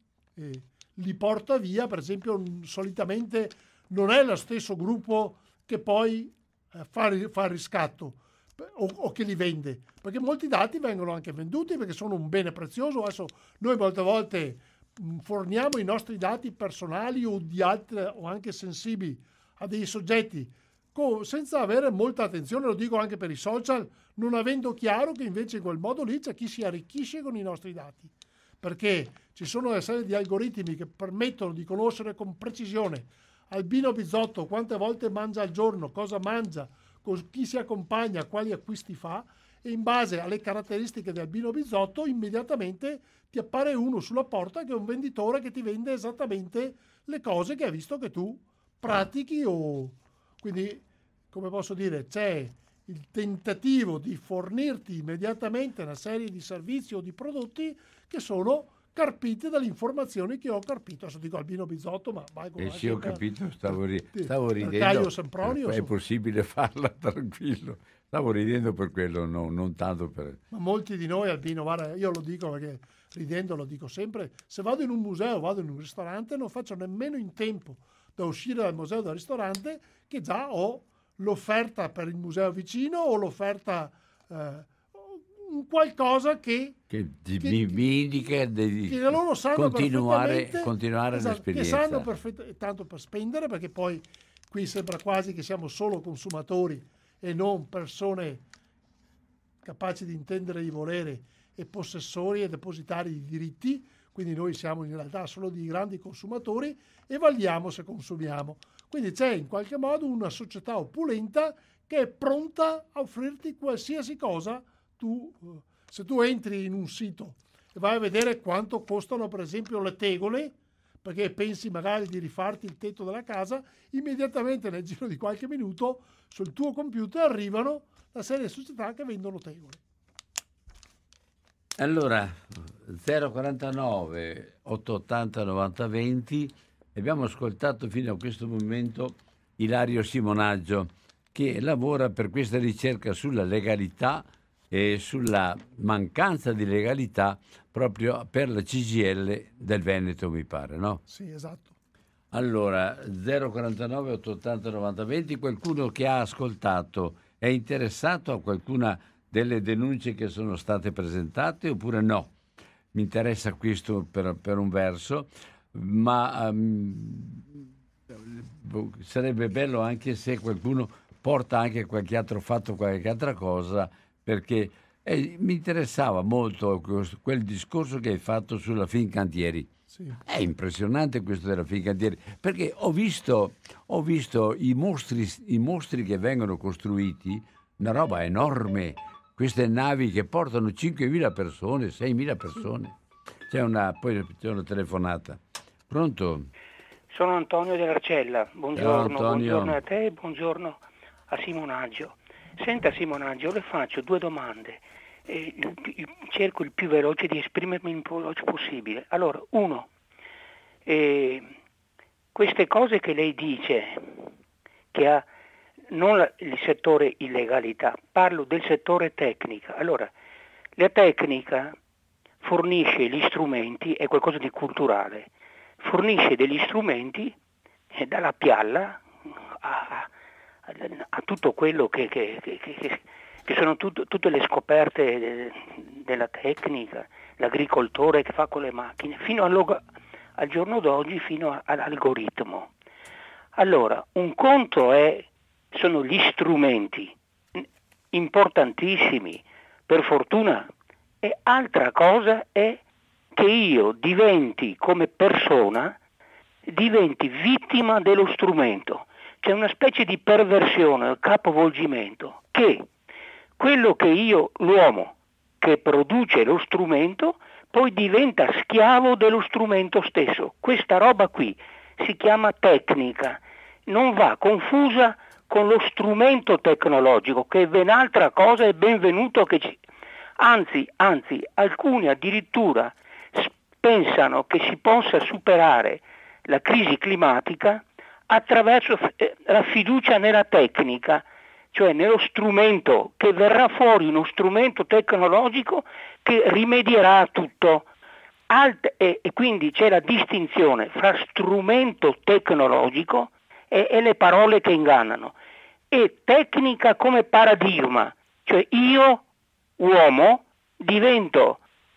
li porta via, per esempio, solitamente non è lo stesso gruppo che poi fa il riscatto, o che li vende, perché molti dati vengono anche venduti perché sono un bene prezioso. Adesso noi molte volte forniamo i nostri dati personali o di altre o anche sensibili a dei soggetti senza avere molta attenzione, lo dico anche per i social, non avendo chiaro che invece in quel modo lì c'è chi si arricchisce con i nostri dati, perché ci sono una serie di algoritmi che permettono di conoscere con precisione Albino Bizzotto quante volte mangia al giorno, cosa mangia, con chi si accompagna, quali acquisti fa, e in base alle caratteristiche di Albino Bizzotto immediatamente ti appare uno sulla porta che è un venditore che ti vende esattamente le cose che ha visto che tu pratichi. Quindi, come posso dire, c'è il tentativo di fornirti immediatamente una serie di servizi o di prodotti che sono carpiti dalle informazioni che ho carpito. Adesso dico Albino Bizzotto, ma vai con sì, ho capito, stavo ridendo. Caio Sempronio, è possibile farla tranquillo. Stavo ridendo per quello, non tanto per... Ma molti di noi, Albino, guarda, io lo dico perché ridendo lo dico sempre, se vado in un museo, vado in un ristorante, non faccio nemmeno in tempo da uscire dal museo o dal ristorante che già ho l'offerta per il museo vicino o l'offerta un qualcosa che mi indica di che loro sanno continuare esatto, l'esperienza. Che sanno tanto per spendere, perché poi qui sembra quasi che siamo solo consumatori e non persone capaci di intendere di volere e possessori e depositari di diritti. Quindi noi siamo in realtà solo dei grandi consumatori e valiamo se consumiamo. Quindi c'è in qualche modo una società opulenta che è pronta a offrirti qualsiasi cosa. Se tu entri in un sito e vai a vedere quanto costano per esempio le tegole, perché pensi magari di rifarti il tetto della casa, immediatamente nel giro di qualche minuto sul tuo computer arrivano la serie di società che vendono tegole. Allora 049 880 90 20, abbiamo ascoltato fino a questo momento Ilario Simonaggio, che lavora per questa ricerca sulla legalità e sulla mancanza di legalità proprio per la CGIL del Veneto, mi pare, no? Sì, esatto. Allora 049 880 90 20, qualcuno che ha ascoltato è interessato a qualcuna delle denunce che sono state presentate oppure no? Mi interessa questo per un verso, ma sarebbe bello anche se qualcuno porta anche qualche altro fatto, qualche altra cosa, perché mi interessava molto quel discorso che hai fatto sulla Fincantieri. Sì. È impressionante questo della Fincantieri, perché ho visto i mostri che vengono costruiti, una roba enorme, queste navi che portano 5.000 persone, 6.000 persone. Poi c'è una telefonata. Pronto? Sono Antonio dell'Arcella. Buongiorno, Antonio. Buongiorno a te e buongiorno a Simonaggio. Senta Simonaggio, le faccio due domande. Cerco il più veloce di esprimermi il più veloce possibile. Allora, uno, queste cose che lei dice, che ha non il settore illegalità, parlo del settore tecnica. Allora, la tecnica fornisce gli strumenti, è qualcosa di culturale, fornisce degli strumenti dalla pialla a tutto quello che sono tutte le scoperte della tecnica, l'agricoltore che fa con le macchine, fino al giorno d'oggi, fino all'algoritmo. Allora, un conto sono gli strumenti importantissimi, per fortuna, e altra cosa è che io diventi come persona, diventi vittima dello strumento. C'è una specie di perversione, capovolgimento, che quello che l'uomo che produce lo strumento, poi diventa schiavo dello strumento stesso. Questa roba qui si chiama tecnica, non va confusa con lo strumento tecnologico, che è ben altra cosa, è benvenuto che anzi, alcuni addirittura pensano che si possa superare la crisi climatica attraverso la fiducia nella tecnica, cioè nello strumento, che verrà fuori uno strumento tecnologico che rimedierà a tutto. E quindi c'è la distinzione fra strumento tecnologico e le parole che ingannano, e tecnica come paradigma, Cioè io, uomo, divento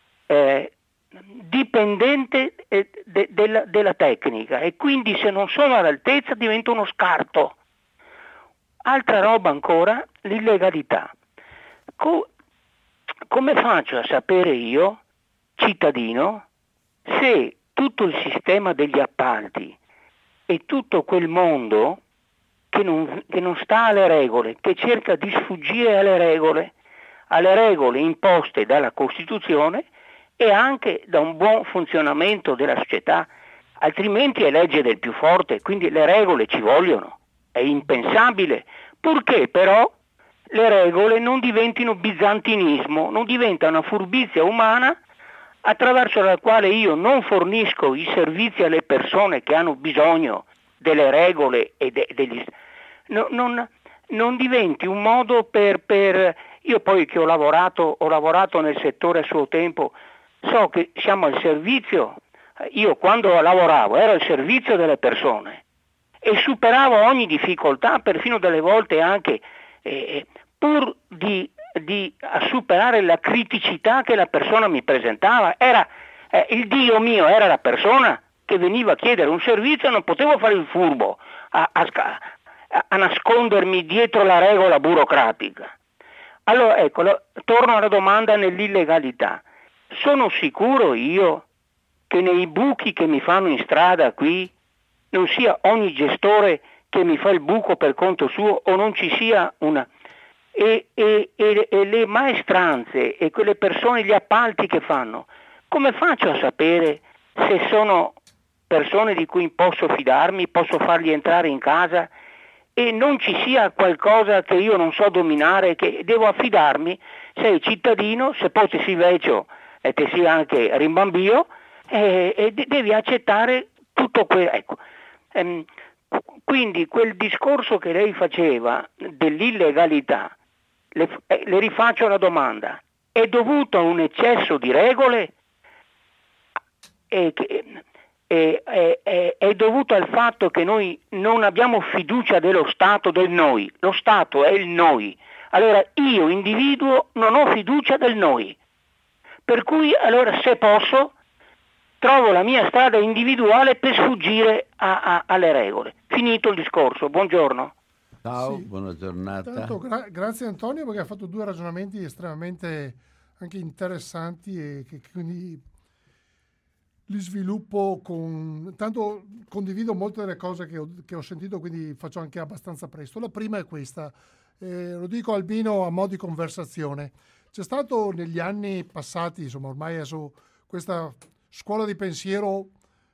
dipendente della tecnica e quindi se non sono all'altezza divento uno scarto. Altra roba ancora, l'illegalità. Come faccio a sapere io, cittadino, se tutto il sistema degli appalti e tutto quel mondo che non sta alle regole, che cerca di sfuggire alle regole imposte dalla Costituzione e anche da un buon funzionamento della società, altrimenti è legge del più forte, quindi le regole ci vogliono, è impensabile, purché però le regole non diventino bizantinismo, non diventa una furbizia umana attraverso la quale io non fornisco i servizi alle persone che hanno bisogno delle regole e non diventi un modo per io poi che ho lavorato nel settore a suo tempo, so che siamo al servizio, io quando lavoravo ero al servizio delle persone e superavo ogni difficoltà, perfino delle volte anche pur di superare la criticità che la persona mi presentava. Era il Dio mio, era la persona che veniva a chiedere un servizio e non potevo fare il furbo a nascondermi dietro la regola burocratica. Allora ecco, torno alla domanda nell'illegalità. Sono sicuro io che nei buchi che mi fanno in strada qui non sia ogni gestore che mi fa il buco per conto suo o non ci sia una... E le maestranze e quelle persone, gli appalti che fanno, come faccio a sapere se sono persone di cui posso fidarmi, posso farli entrare in casa e non ci sia qualcosa che io non so dominare, che devo affidarmi? Sei cittadino, se poi ti si vecchio e ti si anche rimbambio, e devi accettare tutto quello. Ecco. Quindi quel discorso che lei faceva dell'illegalità, le rifaccio la domanda: è dovuto a un eccesso di regole? È dovuto al fatto che noi non abbiamo fiducia dello Stato, del noi? Lo Stato è il noi. Allora io, individuo, non ho fiducia del noi. Per cui allora, se posso, trovo la mia strada individuale per sfuggire alle regole. Finito il discorso, buongiorno. Ciao, Sì. buona giornata. Tanto, grazie Antonio, perché ha fatto due ragionamenti estremamente anche interessanti e che quindi li sviluppo tanto condivido molte delle cose che ho sentito, quindi faccio anche abbastanza presto. La prima è questa, lo dico Albino a mo' di conversazione. C'è stato negli anni passati, insomma ormai adesso questa scuola di pensiero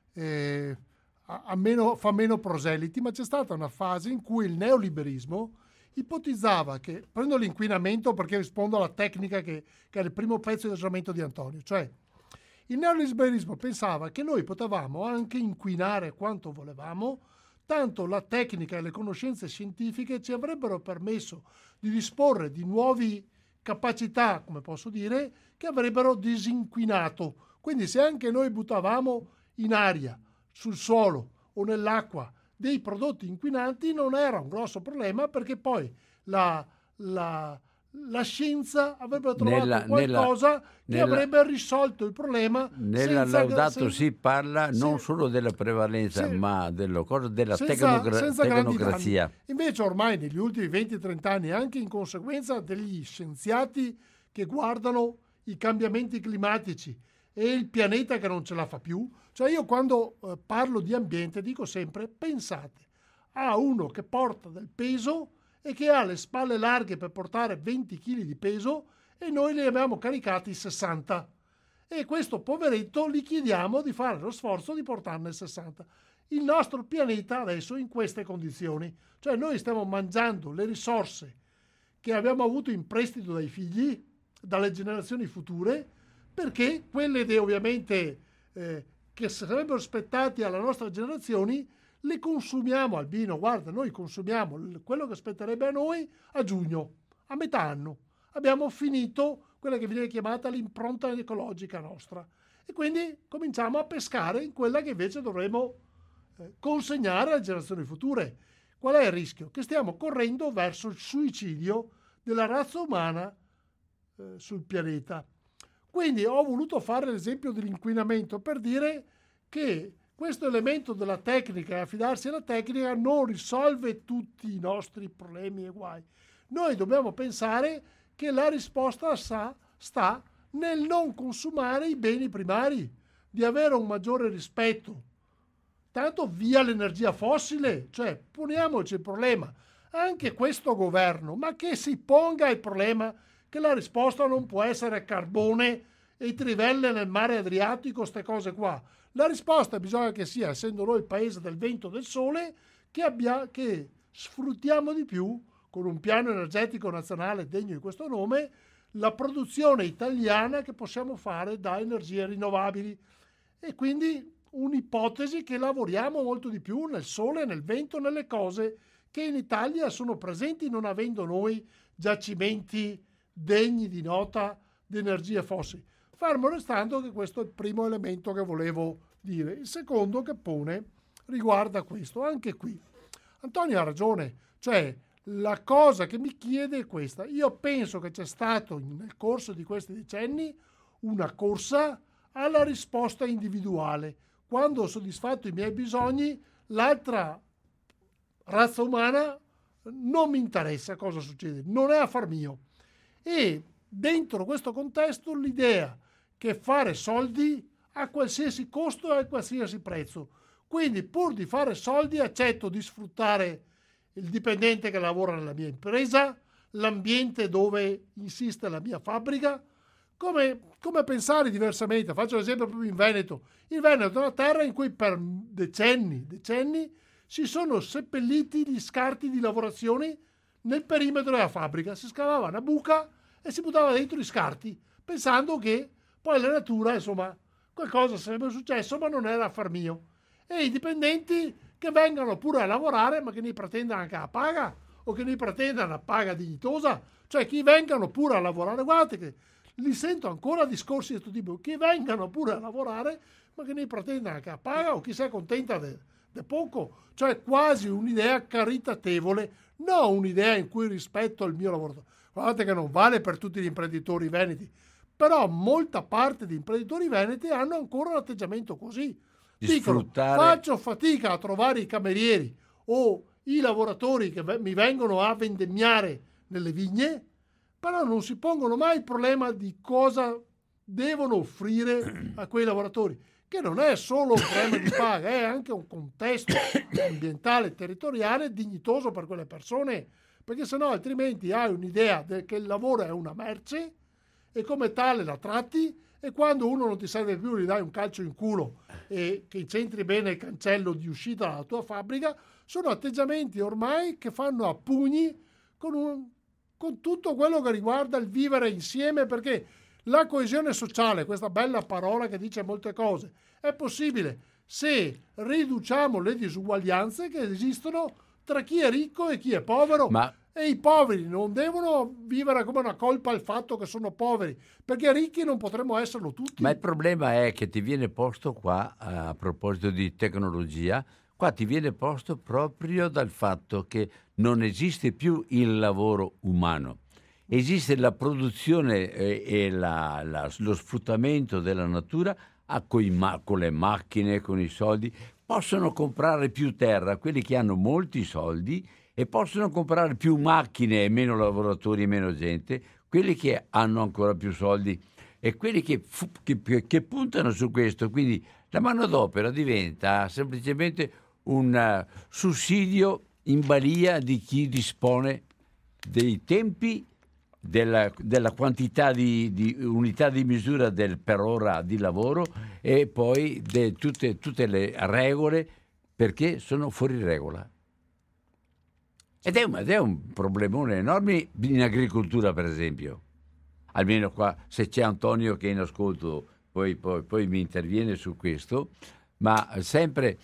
fa meno proseliti, ma c'è stata una fase in cui il neoliberismo ipotizzava che, prendo l'inquinamento perché rispondo alla tecnica che è il primo pezzo di ragionamento di Antonio, cioè il neoliberismo pensava che noi potevamo anche inquinare quanto volevamo, tanto la tecnica e le conoscenze scientifiche ci avrebbero permesso di disporre di nuove capacità, come posso dire, che avrebbero disinquinato. Quindi se anche noi buttavamo in aria, sul suolo o nell'acqua dei prodotti inquinanti, non era un grosso problema, perché poi la scienza avrebbe trovato qualcosa che avrebbe risolto il problema. Nella Laudato Si parla non solo della prevalenza, ma della tecnocrazia. Invece ormai negli ultimi 20-30 anni, anche in conseguenza degli scienziati che guardano i cambiamenti climatici e il pianeta che non ce la fa più, cioè io quando parlo di ambiente dico sempre: pensate a uno che porta del peso e che ha le spalle larghe per portare 20 kg di peso e noi li abbiamo caricati 60, e questo poveretto gli chiediamo di fare lo sforzo di portarne 60. Il nostro pianeta adesso è in queste condizioni, cioè noi stiamo mangiando le risorse che abbiamo avuto in prestito dai figli, dalle generazioni future, perché quelle ovviamente che sarebbero aspettati alla nostra generazione le consumiamo. Albino, guarda, noi consumiamo quello che aspetterebbe a noi a giugno, a metà anno. Abbiamo finito quella che viene chiamata l'impronta ecologica nostra e quindi cominciamo a pescare in quella che invece dovremo consegnare alle generazioni future. Qual è il rischio? Che stiamo correndo verso il suicidio della razza umana sul pianeta. Quindi ho voluto fare l'esempio dell'inquinamento per dire che questo elemento della tecnica e affidarsi alla tecnica non risolve tutti i nostri problemi e guai. Noi dobbiamo pensare che la risposta sta nel non consumare i beni primari, di avere un maggiore rispetto. Tanto via l'energia fossile, cioè poniamoci il problema, anche questo governo, ma che si ponga il problema che la risposta non può essere carbone e trivelle nel mare Adriatico, queste cose qua. La risposta bisogna che sia, essendo noi il paese del vento e del sole, che sfruttiamo di più, con un piano energetico nazionale degno di questo nome, la produzione italiana che possiamo fare da energie rinnovabili. E quindi un'ipotesi che lavoriamo molto di più nel sole, nel vento, nelle cose che in Italia sono presenti, non avendo noi giacimenti degni di nota di energie fossili. Fermo restando che questo è il primo elemento che volevo dire. Il secondo che pone riguarda questo. Anche qui Antonio ha ragione, cioè la cosa che mi chiede è questa. Io penso che c'è stato nel corso di questi decenni una corsa alla risposta individuale. Quando ho soddisfatto i miei bisogni, l'altra razza umana non mi interessa cosa succede, non è affar mio. E dentro questo contesto l'idea che fare soldi a qualsiasi costo e a qualsiasi prezzo. Quindi pur di fare soldi accetto di sfruttare il dipendente che lavora nella mia impresa, l'ambiente dove insiste la mia fabbrica. Come pensare diversamente? Faccio l'esempio proprio in Veneto. Il Veneto è una terra in cui per decenni si sono seppelliti gli scarti di lavorazioni nel perimetro della fabbrica. Si scavava una buca e si buttava dentro gli scarti, pensando che poi la natura, insomma, qualcosa sarebbe successo, ma non era affar mio. E i dipendenti che vengano pure a lavorare, ma che ne pretendano anche la paga, o che ne pretendano una paga dignitosa, cioè che vengano pure a lavorare. Guardate che li sento ancora discorsi di questo tipo, che vengano pure a lavorare, ma che ne pretendano anche la paga, o chi si accontenta di poco, cioè quasi un'idea caritatevole, non un'idea in cui rispetto il mio lavoro. Guardate che non vale per tutti gli imprenditori veneti, però molta parte di imprenditori veneti hanno ancora un atteggiamento così. Dicono, faccio fatica a trovare i camerieri o i lavoratori che mi vengono a vendemmiare nelle vigne, però non si pongono mai il problema di cosa devono offrire a quei lavoratori, che non è solo un problema di paga, è anche un contesto ambientale e territoriale dignitoso per quelle persone, perché sennò altrimenti hai un'idea che il lavoro è una merce e come tale la tratti, e quando uno non ti serve più gli dai un calcio in culo e che centri bene il cancello di uscita dalla tua fabbrica. Sono atteggiamenti ormai che fanno a pugni con tutto quello che riguarda il vivere insieme, perché la coesione sociale, questa bella parola che dice molte cose, è possibile se riduciamo le disuguaglianze che esistono tra chi è ricco e chi è povero. E i poveri non devono vivere come una colpa al fatto che sono poveri, perché ricchi non potremmo esserlo tutti. Ma il problema è che ti viene posto qua, a proposito di tecnologia, qua ti viene posto proprio dal fatto che non esiste più il lavoro umano. Esiste la produzione e lo sfruttamento della natura con le macchine, con i soldi. Possono comprare più terra quelli che hanno molti soldi e possono comprare più macchine e meno lavoratori e meno gente quelli che hanno ancora più soldi e quelli che puntano su questo. Quindi la manodopera diventa semplicemente un sussidio in balia di chi dispone dei tempi, della quantità di unità di misura per ora di lavoro e poi tutte le regole, perché sono fuori regola. Ed è un problemone enorme in agricoltura, per esempio. Almeno qua, se c'è Antonio che è in ascolto, poi mi interviene su questo, ma sempre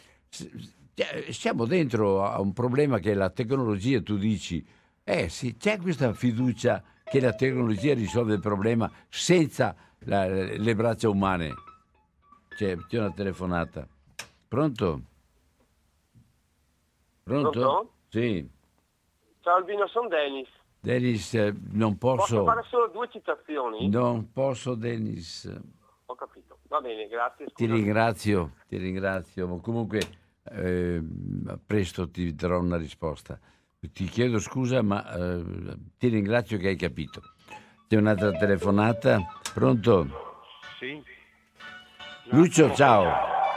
siamo dentro a un problema che la tecnologia, tu dici, sì, c'è questa fiducia che la tecnologia risolve il problema senza le braccia umane. C'è una telefonata. Pronto? Pronto? Sì. Ciao Albino, sono Dennis. Dennis, non Posso posso. fare solo 2 citazioni? Non posso, Dennis. Ho capito. Va bene, grazie. Ti Scusami. ringrazio. Ma comunque, presto ti darò una risposta. Ti chiedo scusa, ma ti ringrazio che hai capito. C'è un'altra telefonata. Pronto? Sì. Lucio, ciao.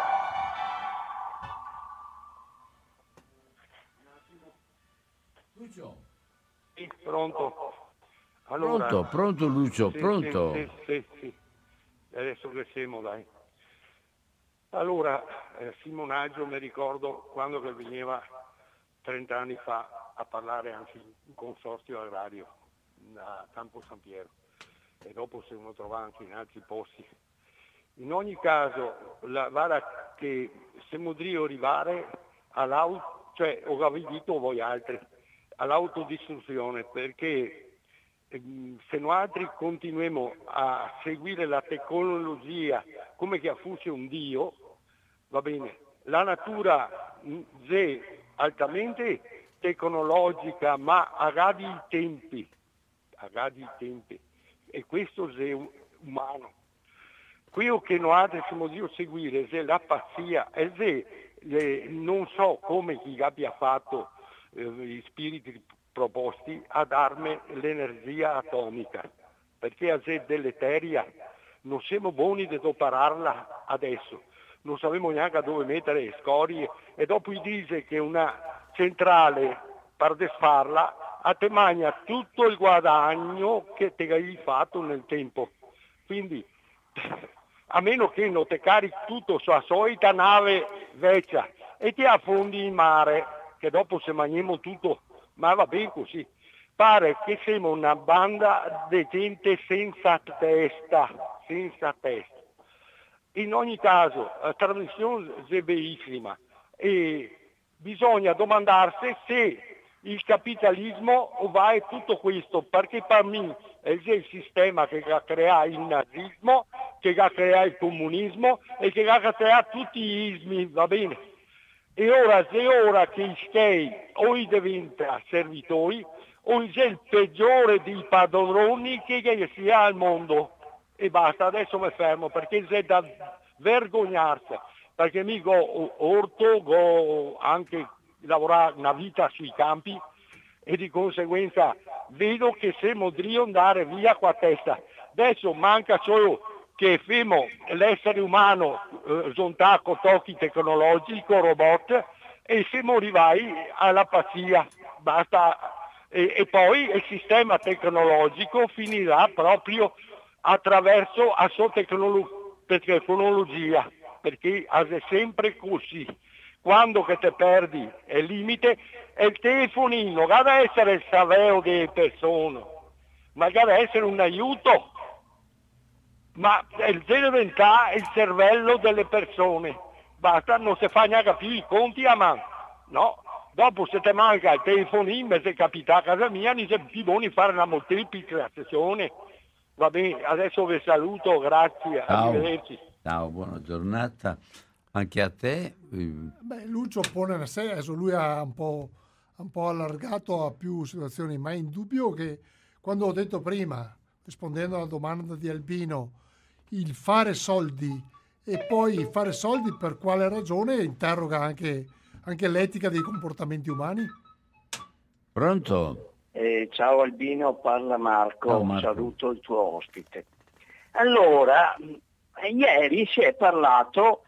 Lucio. Sì, pronto. Allora, Pronto Lucio, sì, pronto. Sì. Adesso che siamo, dai. Allora, Simonaggio mi ricordo quando che veniva 30 anni fa a parlare anche in consorzio agrario a Campo San Piero, e dopo se uno trova anche in altri posti. In ogni caso, guarda che siamo di arrivare cioè ho avvito voi altri, all'autodistruzione, perché se noi altri continuiamo a seguire la tecnologia come che fosse un dio, va bene, la natura è altamente tecnologica, ma ha i tempi, e questo è umano. Quello che noi siamo di seguire è la pazzia, non so come chi abbia fatto gli spiriti proposti a darmi l'energia atomica, perché è deleteria, non siamo buoni di operarla adesso, non sappiamo neanche dove mettere le scorie, e dopo dice che una centrale per desfarla a te magna tutto il guadagno che ti hai fatto nel tempo. Quindi a meno che non ti carichi tutto sulla solita nave vecchia e ti affondi in mare, che dopo se mangiamo tutto, ma va bene così. Pare che siamo una banda di gente senza testa. In ogni caso, la trasmissione è bellissima e bisogna domandarsi se il capitalismo va e tutto questo, perché per me è il sistema che ha creato il nazismo, che ha creato il comunismo e che ha creato tutti gli ismi, va bene? E ora che i stei o diventa servitori o è il peggiore dei padroni che sia al mondo. E basta, adesso mi fermo perché è da vergognarsi, perché mi go anche lavorare una vita sui campi e di conseguenza vedo che siamo di andare via qua a testa. Adesso manca solo che femo l'essere umano con tocchi tecnologici, robot, e siamo arrivati alla pazzia. Basta. E poi il sistema tecnologico finirà proprio attraverso la sua tecnologia, perché è sempre così. Quando che te perdi il limite, è il telefonino, non deve essere il saveo delle persone, ma deve essere un aiuto, ma deve diventare il cervello delle persone. Basta, non si fa neanche più i conti a mano, no? Dopo se ti manca il telefonino, se capita a casa mia, non sei più buoni fare una moltiplicazione. Va bene, adesso vi saluto, grazie, arrivederci. Ciao, buona giornata anche a te. Beh, Lucio pone a sé, adesso lui ha un po' allargato a più situazioni, ma è indubbio che quando ho detto prima, rispondendo alla domanda di Albino, il fare soldi e poi fare soldi per quale ragione interroga anche l'etica dei comportamenti umani. Pronto? Ciao Albino, parla Marco. Ciao Marco. Saluto il tuo ospite. Allora, ieri si è parlato,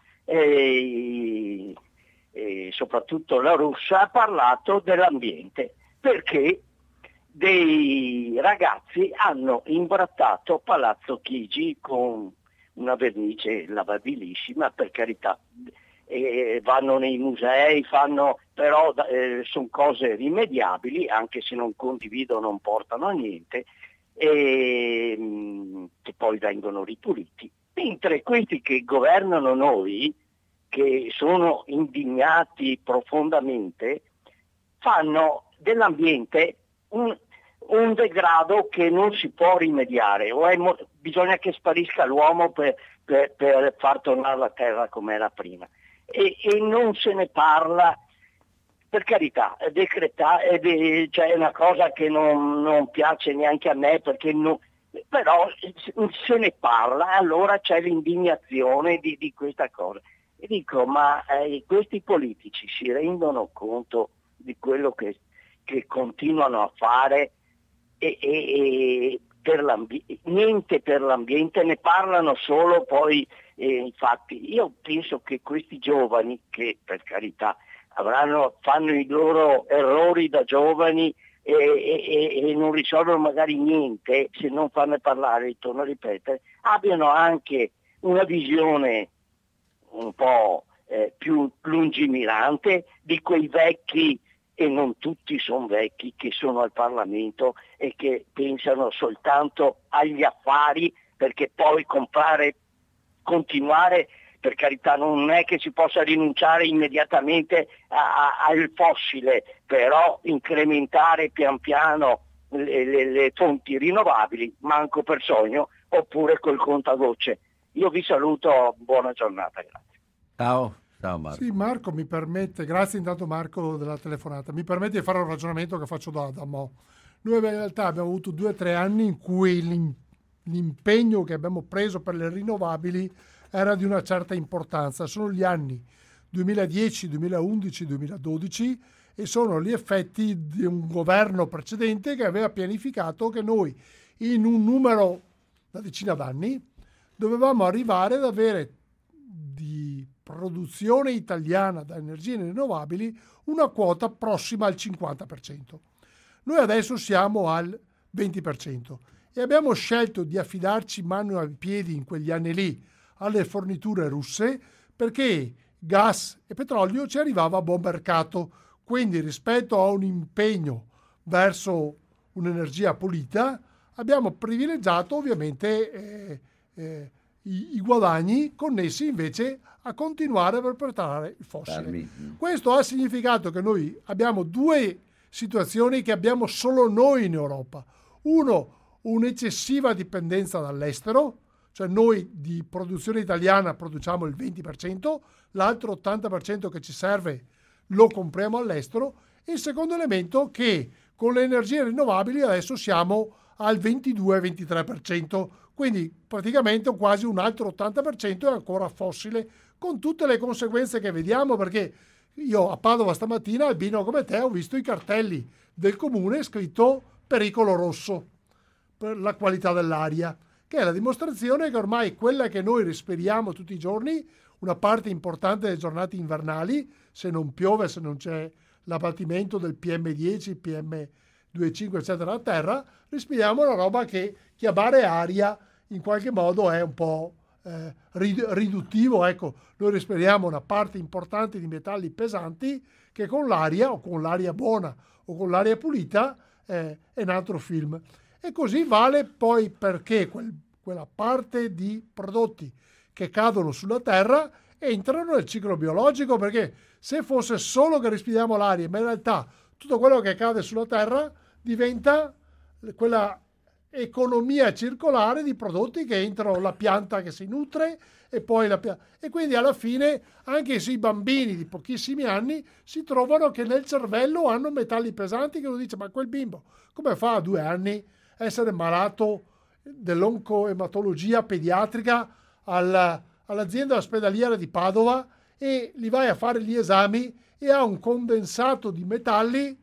soprattutto la Russia ha parlato dell'ambiente, perché dei ragazzi hanno imbrattato Palazzo Chigi con una vernice lavabilissima, per carità. Vanno nei musei, però sono cose rimediabili, anche se non condivido, non portano a niente, che poi vengono ripuliti. Mentre questi che governano noi, che sono indignati profondamente, fanno dell'ambiente un degrado che non si può rimediare, bisogna che sparisca l'uomo per far tornare la terra come era prima. E non se ne parla, per carità, decretare cioè è una cosa che non piace neanche a me, perché però se ne parla, allora c'è l'indignazione di questa cosa. E dico, ma questi politici si rendono conto di quello che continuano a fare e niente per l'ambiente, ne parlano solo poi. Infatti io penso che questi giovani, che per carità fanno i loro errori da giovani e non risolvono magari niente se non farne parlare, torno a ripetere, abbiano anche una visione un po' più lungimirante di quei vecchi, e non tutti sono vecchi, che sono al Parlamento e che pensano soltanto agli affari, perché poi continuare, per carità, non è che si possa rinunciare immediatamente al fossile, però incrementare pian piano le fonti rinnovabili, manco per sogno, oppure col contagocce. Io vi saluto, buona giornata, grazie. Ciao Marco. Sì, Marco mi permette, grazie intanto Marco della telefonata, mi permette di fare un ragionamento che faccio da mo'. Noi in realtà abbiamo avuto 2 o 3 anni in cui l'impegno che abbiamo preso per le rinnovabili era di una certa importanza. Sono gli anni 2010, 2011, 2012 e sono gli effetti di un governo precedente che aveva pianificato che noi in un numero, una decina d'anni, dovevamo arrivare ad avere di produzione italiana da energie rinnovabili una quota prossima al 50%. Noi adesso siamo al 20%. E abbiamo scelto di affidarci mano ai piedi in quegli anni lì alle forniture russe perché gas e petrolio ci arrivava a buon mercato. Quindi rispetto a un impegno verso un'energia pulita abbiamo privilegiato ovviamente i guadagni connessi invece a continuare a perpetrare il fossile. Questo ha significato che noi abbiamo 2 situazioni che abbiamo solo noi in Europa. Uno, un'eccessiva dipendenza dall'estero, cioè noi di produzione italiana produciamo il 20%, l'altro 80% che ci serve lo compriamo all'estero, e il secondo elemento che con le energie rinnovabili adesso siamo al 22-23%, quindi praticamente quasi un altro 80% è ancora fossile, con tutte le conseguenze che vediamo, perché io a Padova stamattina, albino come te, ho visto i cartelli del comune scritto pericolo rosso per la qualità dell'aria, che è la dimostrazione che ormai quella che noi respiriamo tutti i giorni, una parte importante delle giornate invernali, se non piove, se non c'è l'abbattimento del PM10, PM2,5 eccetera a terra, respiriamo una roba che chiamare aria in qualche modo è un po' riduttivo. Ecco, noi respiriamo una parte importante di metalli pesanti che con l'aria, o con l'aria buona o con l'aria pulita, è un altro film. E così vale poi perché quella parte di prodotti che cadono sulla terra entrano nel ciclo biologico, perché se fosse solo che respiriamo l'aria, ma in realtà tutto quello che cade sulla terra diventa quella economia circolare di prodotti che entrano la pianta che si nutre e poi e quindi alla fine anche se i bambini di pochissimi anni si trovano che nel cervello hanno metalli pesanti, che uno dice ma quel bimbo come fa a 2 anni a essere malato dell'oncoematologia pediatrica all'azienda ospedaliera di Padova, e gli vai a fare gli esami e ha un condensato di metalli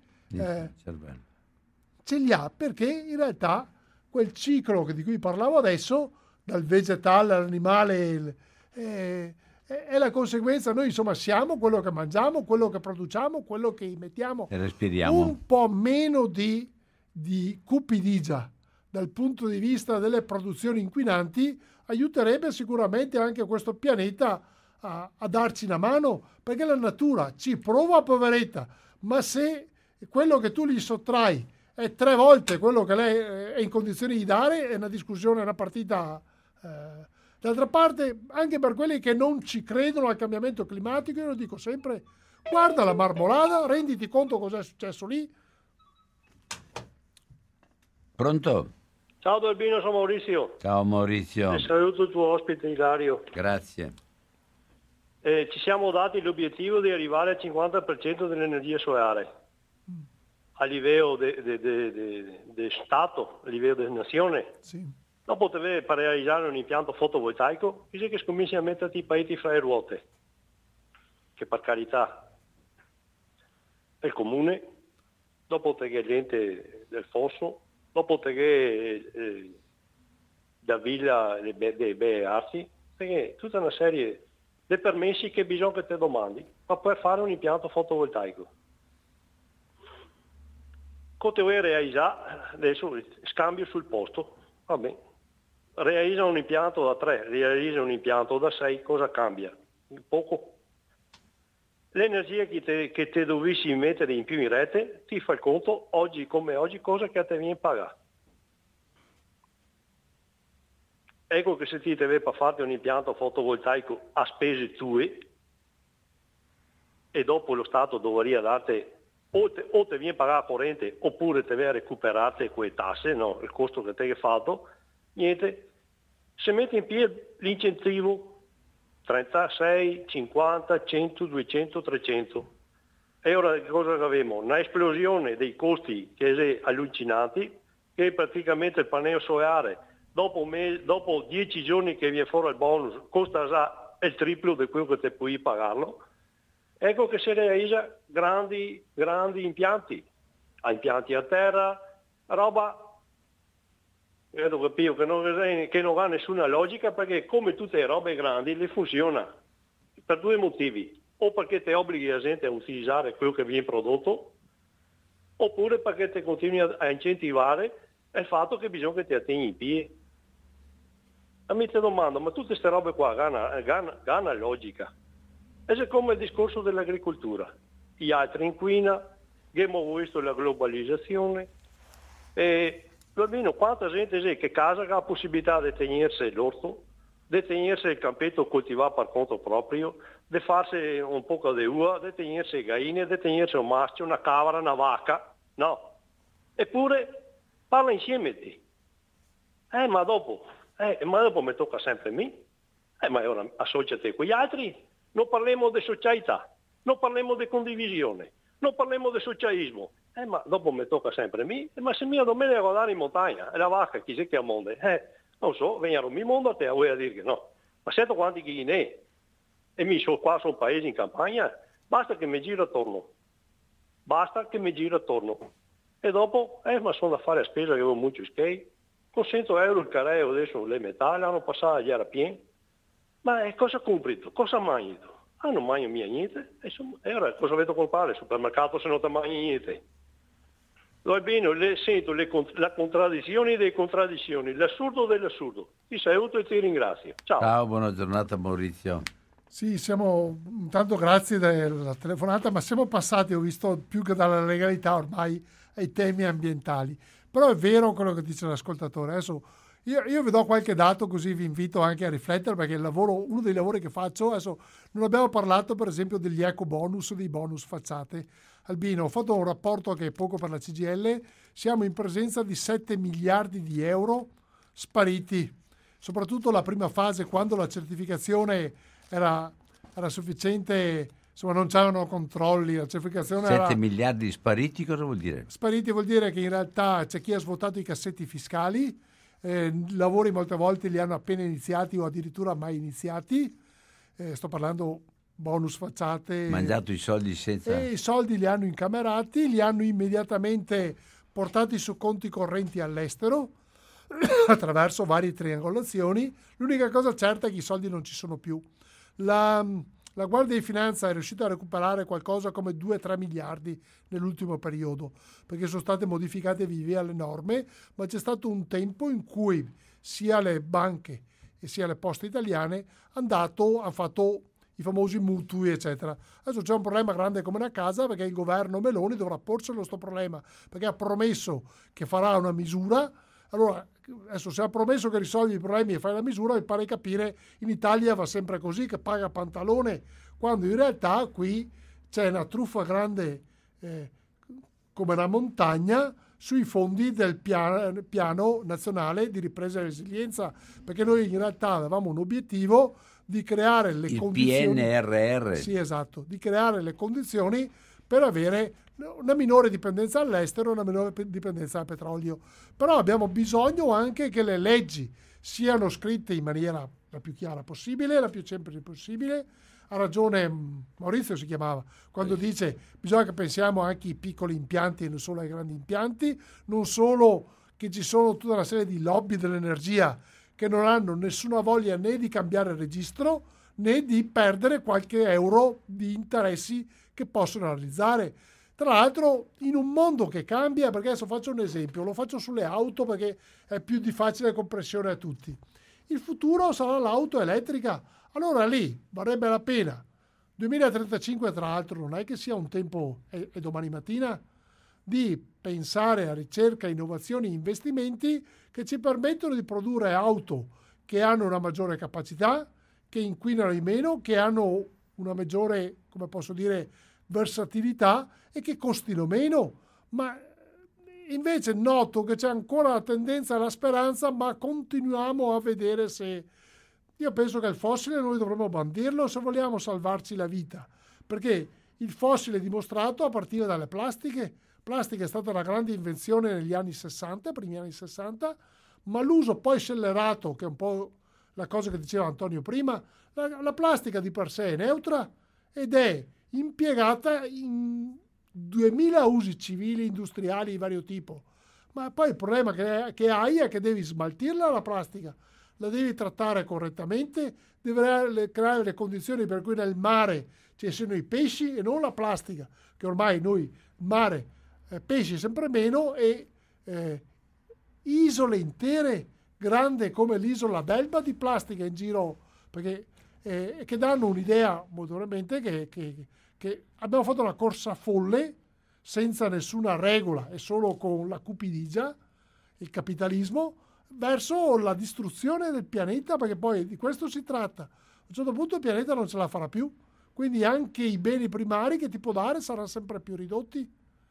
ce li ha, perché in realtà quel ciclo di cui parlavo adesso, dal vegetale all'animale, è la conseguenza. Noi insomma siamo quello che mangiamo, quello che produciamo, quello che mettiamo. E respiriamo. Un po' meno di cupidigia dal punto di vista delle produzioni inquinanti aiuterebbe sicuramente anche questo pianeta a darci una mano, perché la natura ci prova, poveretta, ma se quello che tu gli sottrai è 3 volte quello che lei è in condizioni di dare, è una discussione, è una partita. D'altra parte, anche per quelli che non ci credono al cambiamento climatico, io lo dico sempre, guarda la Marmolada, renditi conto cosa è successo lì. Pronto? Ciao Albino, sono Maurizio. Ciao Maurizio. E saluto il tuo ospite Ilario. Grazie. ci siamo dati l'obiettivo di arrivare al 50% dell'energia solare a livello di Stato, a livello di nazione. Sì. Dopo per realizzare un impianto fotovoltaico, bisogna che cominci a metterti i paesi fra le ruote, che per carità è il comune, dopo te che gente del fosso, dopo te che da villa dei bei arti, perché tutta una serie di permessi che bisogna che te domandi per poter fare un impianto fotovoltaico. Come vuoi realizzare, adesso scambio sul posto, va bene, realizza un impianto da 3, realizza un impianto da 6, cosa cambia? Poco. L'energia che te dovessi mettere in più in rete, ti fa il conto, oggi come oggi, cosa che te viene pagata. Ecco che se ti deve per farti un impianto fotovoltaico a spese tue, e dopo lo Stato dovrebbe darti o te viene pagata corrente oppure te viene recuperate quelle tasse, no, il costo che te hai fatto, niente, se metti in piedi l'incentivo 36, 50, 100, 200, 300. E ora cosa abbiamo? Una esplosione dei costi che è allucinanti, che praticamente il pannello solare dopo 10 giorni che viene fuori il bonus costa già il triplo di quello che te puoi pagarlo. Ecco che si realizza grandi impianti a terra, roba, credo capito, che non ha nessuna logica, perché come tutte le robe grandi le funziona per due motivi: o perché te obblighi la gente a utilizzare quello che viene prodotto, oppure perché te continui a incentivare il fatto che bisogna che ti attegni in piedi. A me ti domando, ma tutte queste robe qua hanno logica? È come il discorso dell'agricoltura. Gli altri inquina, abbiamo visto la globalizzazione, e almeno quanta gente c'è che casa ha la possibilità di tenersi l'orto, di tenersi il campetto coltivato per conto proprio, di farsi un po' di uva, di tenersi galline, di tenersi un maschio, una cabra, una vacca, no. Eppure parla insieme te. Ma dopo mi tocca sempre a me. Ma ora associati con gli altri. Non parliamo di socialità, non parliamo di condivisione, non parliamo di socialismo. Ma dopo mi tocca sempre a me. Ma se mia domenica vado in montagna, e la vacca chi c'è che ha mondo? Non so, vengono mi mondo a te, vuoi dire che no. Ma sento quanti chi ne è. E mi sono qua, sono paesi in campagna, basta che mi giro attorno. E dopo, ma sono da fare a spesa, che avevo molto skate. Con 100 euro il carrello adesso le metà, l'hanno passato gli era pieno. Ma cosa compri tu? Cosa mangi tu? Non mangio mia niente. E ora cosa avete a comprare al supermercato se non ti mangi niente? Va bene, sento la contraddizione delle contraddizioni, l'assurdo dell'assurdo. Ti saluto e ti ringrazio. Ciao. Ciao, buona giornata Maurizio. Sì, intanto grazie della telefonata, ma siamo passati, ho visto, più che dalla legalità ormai ai temi ambientali. Però è vero quello che dice l'ascoltatore. Adesso io vi do qualche dato, così vi invito anche a riflettere, perché uno dei lavori che faccio, adesso non abbiamo parlato per esempio degli eco bonus, dei bonus facciate. Albino, ho fatto un rapporto che è poco per la CGIL, siamo in presenza di 7 miliardi di euro spariti, soprattutto la prima fase, quando la certificazione era sufficiente, insomma non c'erano controlli, la certificazione 7 miliardi spariti cosa vuol dire? Spariti vuol dire che in realtà c'è chi ha svuotato i cassetti fiscali, lavori molte volte li hanno appena iniziati o addirittura mai iniziati, sto parlando bonus facciate. Mangiato i soldi senza... E i soldi li hanno incamerati, li hanno immediatamente portati su conti correnti all'estero attraverso varie triangolazioni. L'unica cosa certa è che i soldi non ci sono più. La Guardia di Finanza è riuscita a recuperare qualcosa come 2-3 miliardi nell'ultimo periodo, perché sono state modificate via le norme, ma c'è stato un tempo in cui sia le banche e sia le poste italiane hanno fatto i famosi mutui, eccetera. Adesso c'è un problema grande come una casa, perché il governo Meloni dovrà porselo sto problema, perché ha promesso che farà una misura. Allora, adesso se ha promesso che risolvi i problemi e fai la misura, mi pare capire, in Italia va sempre così, che paga pantalone, quando in realtà qui c'è una truffa grande come una montagna sui fondi del piano nazionale di ripresa e resilienza, perché noi in realtà avevamo un obiettivo di creare le condizioni. PNRR. Sì, esatto, di creare le condizioni per avere una minore dipendenza all'estero, una minore dipendenza dal petrolio. Però abbiamo bisogno anche che le leggi siano scritte in maniera la più chiara possibile, la più semplice possibile. Ha ragione Maurizio, si chiamava, quando dice bisogna che pensiamo anche ai piccoli impianti e non solo ai grandi impianti, non solo che ci sono tutta una serie di lobby dell'energia che non hanno nessuna voglia né di cambiare registro né di perdere qualche euro di interessi che possono realizzare. Tra l'altro in un mondo che cambia, perché adesso faccio un esempio, lo faccio sulle auto perché è più di facile comprensione a tutti. Il futuro sarà l'auto elettrica, allora lì varrebbe la pena. 2035 tra l'altro non è che sia un tempo, è domani mattina, di pensare a ricerca, innovazioni e investimenti che ci permettono di produrre auto che hanno una maggiore capacità, che inquinano di meno, che hanno una maggiore, come posso dire, versatilità e che costino meno. Ma invece noto che c'è ancora la tendenza alla speranza, ma continuiamo a vedere se... Io penso che il fossile noi dovremmo bandirlo se vogliamo salvarci la vita, perché il fossile è dimostrato a partire dalle plastiche. Plastica è stata una grande invenzione negli anni 60, primi anni 60, ma l'uso poi scellerato, che è un po' la cosa che diceva Antonio prima, la plastica di per sé è neutra ed è impiegata in 2000 usi civili, industriali di vario tipo. Ma poi il problema che hai è che devi smaltirla la plastica, la devi trattare correttamente, devi creare le condizioni per cui nel mare ci siano i pesci e non la plastica, che ormai noi, il mare, pesci sempre meno e isole intere, grandi come l'isola d'Elba di plastica in giro, perché, che danno un'idea molto veramente che abbiamo fatto una corsa folle, senza nessuna regola e solo con la cupidigia, il capitalismo, verso la distruzione del pianeta, perché poi di questo si tratta. A un certo punto il pianeta non ce la farà più, quindi anche i beni primari che ti può dare saranno sempre più ridotti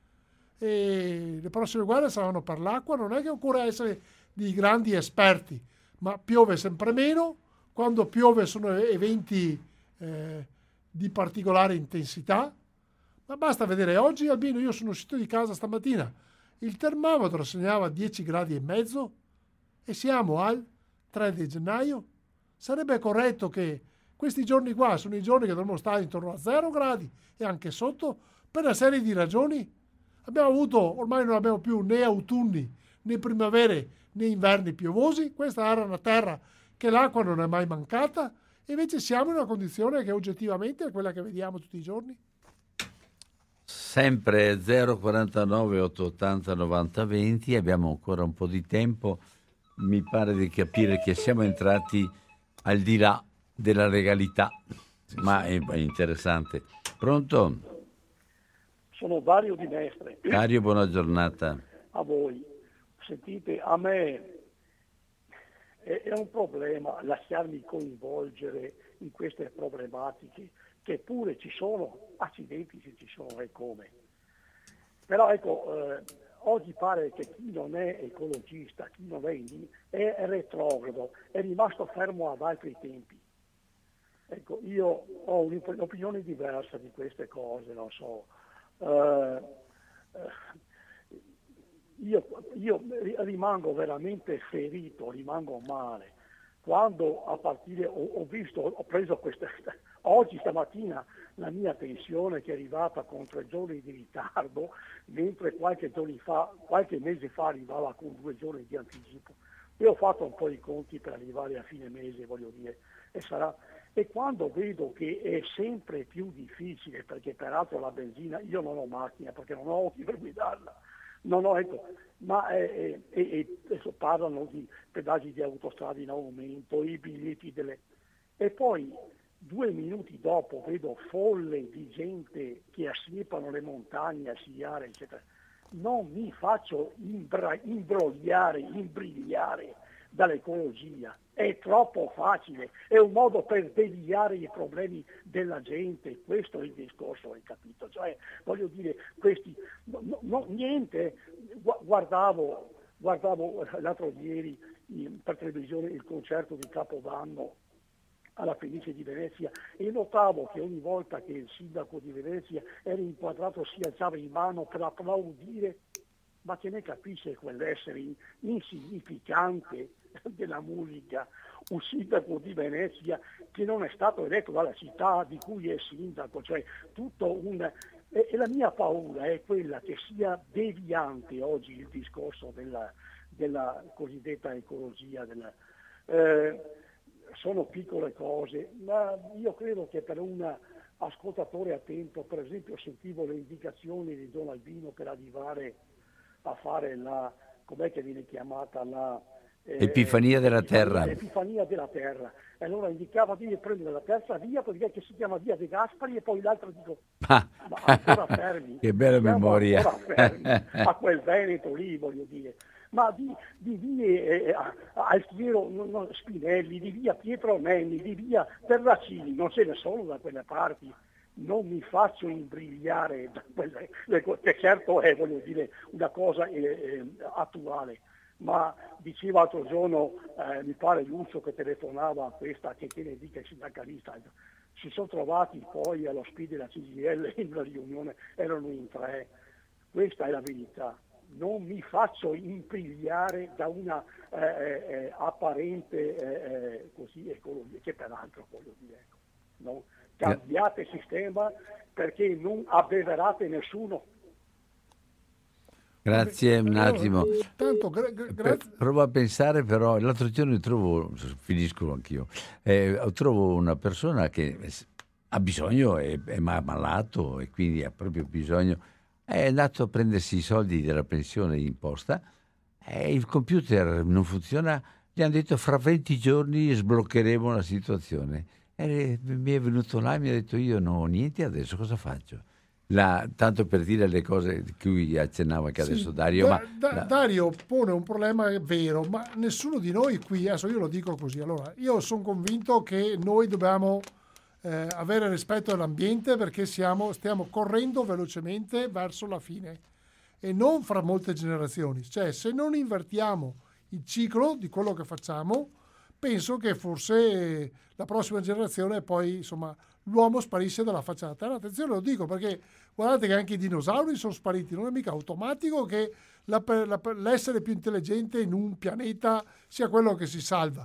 e le prossime guerre saranno per l'acqua. Non è che occorre essere di grandi esperti, ma piove sempre meno. Quando piove sono eventi di particolare intensità, ma basta vedere oggi. Albino, io sono uscito di casa stamattina, il termometro segnava 10 gradi e mezzo e siamo al 3 di gennaio. Sarebbe corretto che questi giorni qua sono i giorni che dovremmo stare intorno a 0 gradi e anche sotto, per una serie di ragioni. Abbiamo avuto, ormai non abbiamo più né autunni né primavere né inverni piovosi. Questa era una terra che l'acqua non è mai mancata e invece siamo in una condizione che oggettivamente è quella che vediamo tutti i giorni. Sempre 049 880 90 20, abbiamo ancora un po' di tempo. Mi pare di capire che siamo entrati al di là della legalità, ma è interessante. Pronto? Sono Dario di Mestre. Dario, buona giornata. A voi. Sentite, a me è un problema lasciarmi coinvolgere in queste problematiche, che pure ci sono, accidenti se ci sono e come. Però ecco, oggi pare che chi non è ecologista, chi non è retrogrado, è rimasto fermo ad altri tempi. Ecco, io ho un'opinione diversa di queste cose, non so. Io rimango veramente ferito, rimango male quando a partire ho preso oggi stamattina la mia pensione, che è arrivata con 3 giorni di ritardo, mentre qualche mese fa arrivava con 2 giorni di anticipo. Io ho fatto un po' i conti per arrivare a fine mese, voglio dire, e quando vedo che è sempre più difficile, perché peraltro la benzina, io non ho macchina perché non ho occhi per guidarla, ma adesso parlano di pedaggi di autostrade in aumento, i biglietti e poi 2 minuti dopo vedo folle di gente che assiepano le montagne a sciare, eccetera. Non mi faccio imbrigliare dall'ecologia, è troppo facile, è un modo per deviare i problemi della gente, questo è il discorso, hai capito? Cioè, voglio dire, niente, guardavo l'altro ieri per televisione il concerto di Capodanno alla Fenice di Venezia, e notavo che ogni volta che il sindaco di Venezia era inquadrato si alzava in mano per applaudire, ma che ne capisce quell'essere insignificante della musica, un sindaco di Venezia che non è stato eletto dalla città di cui è sindaco, cioè tutto un... E la mia paura è quella che sia deviante oggi il discorso della cosiddetta ecologia, sono piccole cose, ma io credo che per un ascoltatore attento, per esempio sentivo le indicazioni di Don Albino per arrivare a fare com'è che viene chiamata Epifania della Terra. L'Epifania della Terra. E allora indicava di prendere la terza via, perché che si chiama via De Gaspari, e poi l'altra dico, ma ancora fermi. Che bella memoria. Ancora fermi a quel Veneto lì, voglio dire. Ma di vie Altiero Spinelli, di via Pietro Nenni, di via Terracini, non ce ne sono da quelle parti. Non mi faccio imbrigliare da quelle, che certo è, voglio dire, una cosa attuale. Ma diceva l'altro giorno, mi pare Lucio che telefonava a questa, che ne dica il sindacalista, si sono trovati poi allo SPI della CGIL in una riunione, erano in 3, questa è la verità. Non mi faccio imbrigliare da una apparente così ecologia, che peraltro voglio dire, no? Cambiate sistema perché non abbeverate nessuno. Grazie, un attimo. Tanto, provo a pensare, però l'altro giorno finisco anch'io, trovo una persona che ha bisogno, è malato e quindi ha proprio bisogno, è andato a prendersi i soldi della pensione in posta e il computer non funziona, gli hanno detto fra 20 giorni sbloccheremo la situazione. E mi è venuto là e mi ha detto io non ho niente adesso, cosa faccio? Tanto per dire le cose di cui accennava anche adesso Dario. Dario pone un problema vero, ma nessuno di noi qui, adesso io lo dico così, allora io sono convinto che noi dobbiamo avere rispetto all'ambiente, perché stiamo correndo velocemente verso la fine e non fra molte generazioni, cioè se non invertiamo il ciclo di quello che facciamo, penso che forse la prossima generazione poi insomma l'uomo sparisce dalla faccia della terra. Attenzione, lo dico perché guardate che anche i dinosauri sono spariti, non è mica automatico che l'essere più intelligente in un pianeta sia quello che si salva,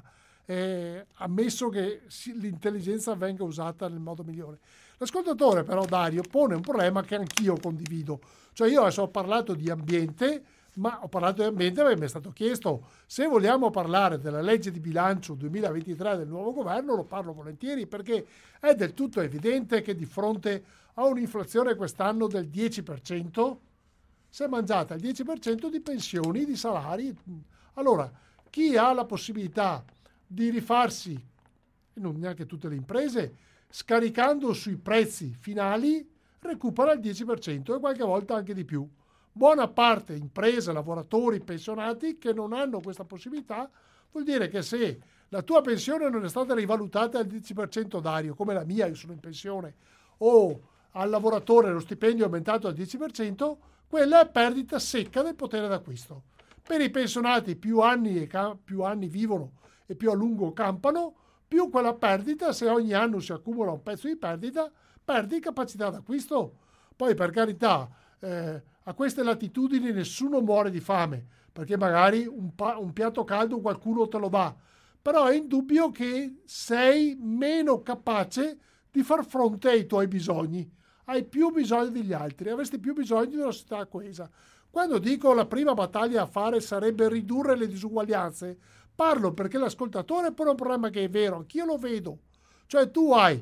ammesso che l'intelligenza venga usata nel modo migliore. L'ascoltatore però, Dario, pone un problema che anch'io condivido, cioè io adesso ho parlato di ambiente, ma ho parlato di ambiente perché mi è stato chiesto se vogliamo parlare della legge di bilancio 2023 del nuovo governo, lo parlo volentieri, perché è del tutto evidente che di fronte a un'inflazione quest'anno del 10% si è mangiata il 10% di pensioni, di salari. Allora, chi ha la possibilità di rifarsi, non neanche tutte le imprese, scaricando sui prezzi finali, recupera il 10% e qualche volta anche di più. Buona parte imprese, lavoratori, pensionati che non hanno questa possibilità, vuol dire che se la tua pensione non è stata rivalutata al 10%, Dario, come la mia, io sono in pensione, o al lavoratore lo stipendio è aumentato al 10%, quella è perdita secca del potere d'acquisto. Per i pensionati più anni vivono e più a lungo campano, più quella perdita, se ogni anno si accumula un pezzo di perdita, perdi capacità d'acquisto. Poi per carità, a queste latitudini nessuno muore di fame, perché magari un piatto caldo qualcuno te lo dà, però è indubbio che sei meno capace di far fronte ai tuoi bisogni, hai più bisogno degli altri, avresti più bisogno di una società coesa. Quando dico la prima battaglia a fare sarebbe ridurre le disuguaglianze, parlo perché l'ascoltatore pone un problema che è vero, anch'io lo vedo, cioè tu hai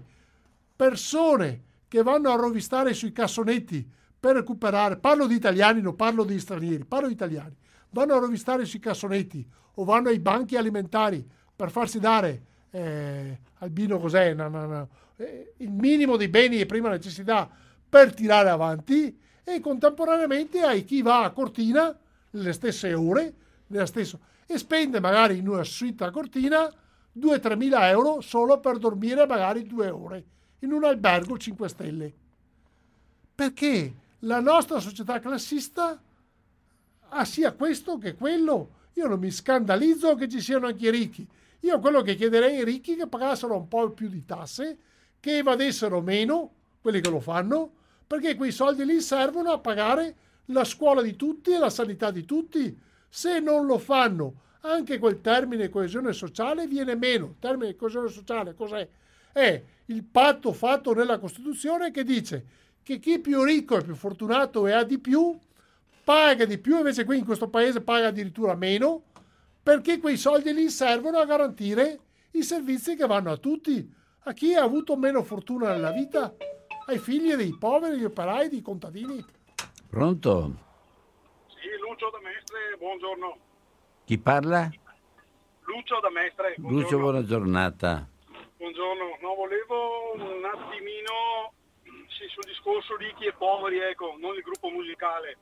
persone che vanno a rovistare sui cassonetti per recuperare, parlo di italiani, non parlo di stranieri, parlo di italiani, vanno a rovistare sui cassonetti o vanno ai banchi alimentari per farsi dare Albino cos'è? Il minimo dei beni di prima necessità per tirare avanti, e contemporaneamente hai chi va a Cortina nelle stesse ore e spende magari in una suite a Cortina 2-3 mila euro solo per dormire magari 2 ore in un albergo 5 stelle. Perché la nostra società classista ha sia questo che quello, io non mi scandalizzo che ci siano anche i ricchi. Io quello che chiederei ai ricchi è che pagassero un po' più di tasse, che evadessero meno, quelli che lo fanno, perché quei soldi lì servono a pagare la scuola di tutti e la sanità di tutti. Se non lo fanno, anche quel termine coesione sociale viene meno. Il termine coesione sociale cos'è? È il patto fatto nella Costituzione che dice che chi è più ricco e più fortunato e ha di più, paga di più, invece qui in questo paese paga addirittura meno, perché quei soldi lì servono a garantire i servizi che vanno a tutti, a chi ha avuto meno fortuna nella vita, ai figli dei poveri, degli operai, dei contadini. Pronto? Sì, Lucio da Mestre, buongiorno. Chi parla? Lucio da Mestre, buongiorno. Lucio, buona giornata. Buongiorno, no, volevo un attimino sul discorso ricchi e poveri, ecco, non il gruppo musicale.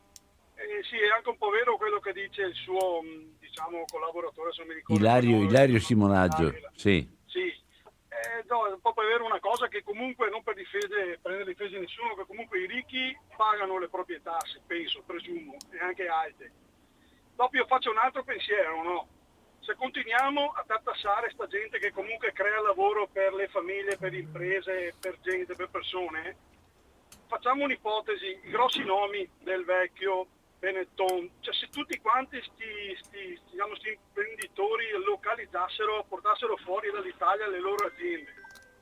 Sì, è anche un po' vero quello che dice il suo, diciamo, collaboratore, se non mi ricordo. Ilario Simonaggio, sì. Sì, no, è un po' vero una cosa che comunque, non per prendere difesa di nessuno, che comunque i ricchi pagano le proprie tasse, penso, presumo, e anche alte. Dopo io faccio un altro pensiero, no? Se continuiamo a tartassare sta gente che comunque crea lavoro per le famiglie, per imprese, per gente, per persone, facciamo un'ipotesi, i grossi nomi del vecchio Benetton, cioè se tutti quanti sti imprenditori localizzassero, portassero fuori dall'Italia le loro aziende,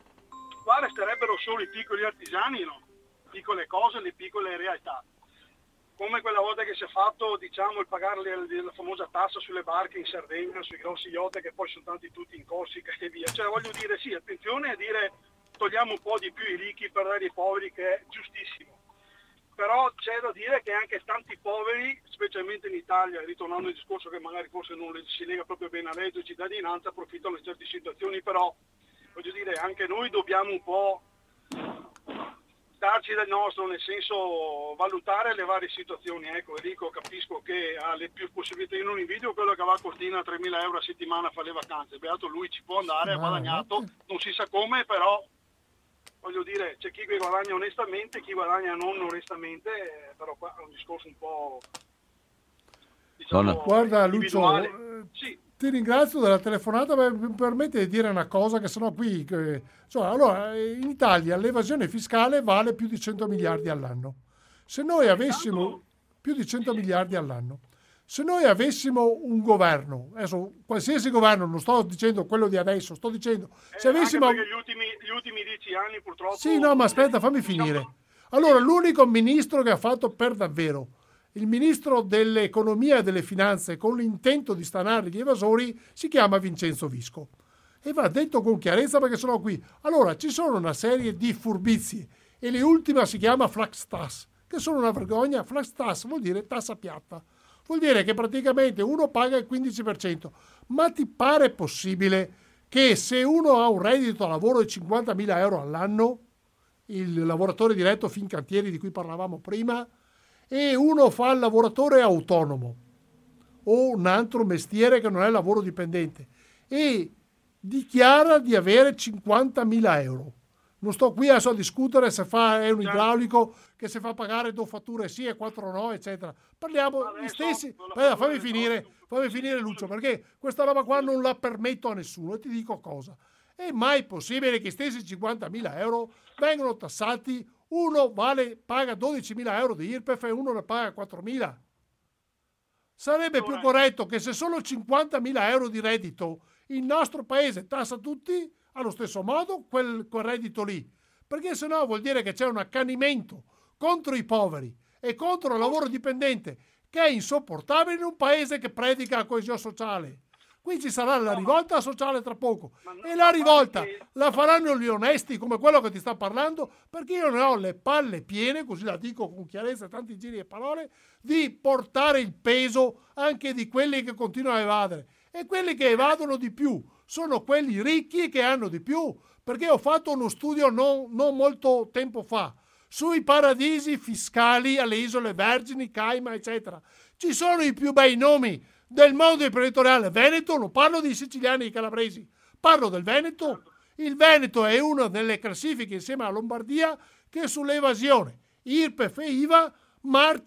qua resterebbero solo i piccoli artigiani, no? Piccole cose, le piccole realtà. Come quella volta che si è fatto, diciamo, il pagare la famosa tassa sulle barche in Sardegna, sui grossi yacht che poi sono tanti tutti in Corsica e via. Cioè voglio dire, sì, attenzione a dire togliamo un po' di più i ricchi per dare ai poveri, che è giustissimo. Però c'è da dire che anche tanti poveri, specialmente in Italia, ritornando al discorso che magari forse non si lega proprio bene a reddito di cittadinanza, approfittano di certe situazioni, però voglio dire, anche noi dobbiamo un po' darci del nostro, nel senso valutare le varie situazioni. Ecco, Enrico, capisco che ha le più possibilità. Io non invidio quello che va a Cortina 3.000 euro a settimana a fare le vacanze, beato lui, ci può andare, ha guadagnato, non si sa come, però voglio dire, c'è chi guadagna onestamente, chi guadagna non onestamente, però qua è un discorso un po', diciamo, guarda Lucio, sì. Ti ringrazio della telefonata, ma mi permette di dire una cosa che sennò qui, allora, in Italia l'evasione fiscale vale più di 100 miliardi all'anno. Se noi avessimo più di 100 miliardi all'anno, se noi avessimo un governo, adesso qualsiasi governo, non sto dicendo quello di adesso, sto dicendo se avessimo anche perché gli ultimi 10 anni purtroppo. Sì, no, ma aspetta, fammi finire. Allora, l'unico ministro che ha fatto per davvero, il ministro dell'economia e delle finanze, con l'intento di stanare gli evasori, si chiama Vincenzo Visco. E va detto con chiarezza perché sono qui. Allora, ci sono una serie di furbizie e l'ultima si chiama flax tax, che sono una vergogna. Flax tax vuol dire tassa piatta. Vuol dire che praticamente uno paga il 15%. Ma ti pare possibile che se uno ha un reddito a lavoro di 50.000 euro all'anno, il lavoratore diretto Fincantieri di cui parlavamo prima, e uno fa il lavoratore autonomo o un altro mestiere che non è lavoro dipendente e dichiara di avere 50.000 euro. Non sto qui adesso a discutere se è un idraulico che si fa pagare 2 fatture sì e 4 no, eccetera. Parliamo gli stessi. Fammi finire Lucio, perché questa roba qua non la permetto a nessuno e ti dico cosa. È mai possibile che stessi 50.000 euro vengono tassati? Uno paga 12.000 euro di IRPEF e uno ne paga 4.000. Sarebbe più corretto che se solo 50.000 euro di reddito il nostro paese tassa tutti allo stesso modo quel reddito lì, perché sennò vuol dire che c'è un accanimento contro i poveri e contro il lavoro dipendente che è insopportabile in un paese che predica la coesione sociale. Qui ci sarà la rivolta sociale tra poco e la rivolta la faranno gli onesti come quello che ti sta parlando, perché io ne ho le palle piene, così la dico con chiarezza, tanti giri e parole, di portare il peso anche di quelli che continuano a evadere. E quelli che evadono di più sono quelli ricchi che hanno di più, perché ho fatto uno studio non molto tempo fa sui paradisi fiscali alle Isole Vergini, Cayman, eccetera. Ci sono i più bei nomi del mondo imprenditoriale Veneto, non parlo dei siciliani e calabresi, parlo del Veneto. Il Veneto è una delle classifiche insieme alla Lombardia che sull'evasione IRPEF e IVA marcia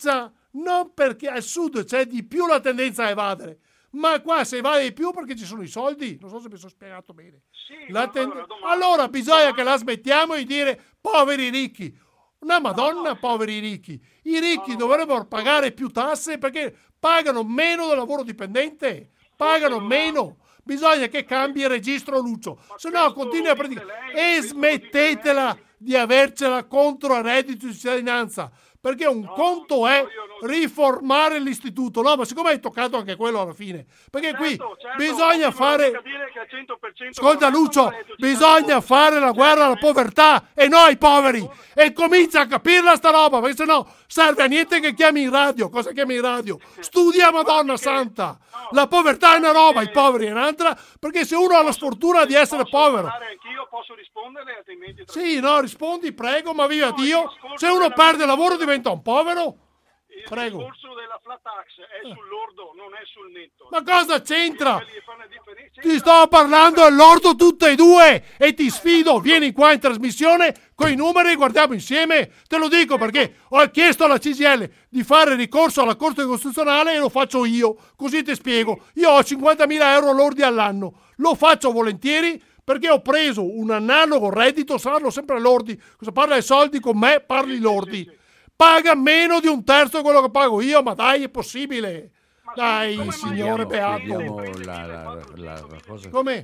non perché al sud c'è di più la tendenza a evadere, ma qua se evade di più perché ci sono i soldi. Non so se mi sono spiegato bene. Sì, allora bisogna che la smettiamo di dire poveri ricchi. Una madonna, poveri ricchi. I ricchi dovrebbero pagare più tasse perché pagano meno del lavoro dipendente. Pagano meno. Bisogna che cambi il registro, Lucio. Se no continui a predicare. E smettetela di avercela contro il reddito di cittadinanza. Perché un conto è riformare l'istituto. No, ma siccome hai toccato anche quello alla fine. Perché qui bisogna fare... Ascolta Lucio, bisogna fare la guerra alla povertà e no ai poveri. E comincia a capirla sta roba, perché sennò serve a niente che chiami in radio. Cosa chiami in radio? Studia, Madonna Santa. La povertà è una roba, i poveri è un'altra, perché se uno ha la sfortuna di essere povero... Anch'io posso rispondere, altrimenti... Sì, no, rispondi, prego, ma viva Dio. Se uno perde il lavoro diventa un povero. Prego. Il discorso della flat tax è sul lordo, non è sul netto. Ma cosa c'entra? Ti sto parlando del lordo tutte e due e ti sfido, vieni qua in trasmissione con i numeri, guardiamo insieme. Te lo dico perché ho chiesto alla CGIL di fare ricorso alla Corte Costituzionale e lo faccio io, così ti spiego. Io ho 50.000 euro lordi all'anno, lo faccio volentieri perché ho preso un analogo reddito, saranno sempre lordi. Cosa parla di soldi con me? Parli lordi. Paga meno di un terzo di quello che pago io, ma dai, è possibile. Dai, signore beato. La cosa... Come?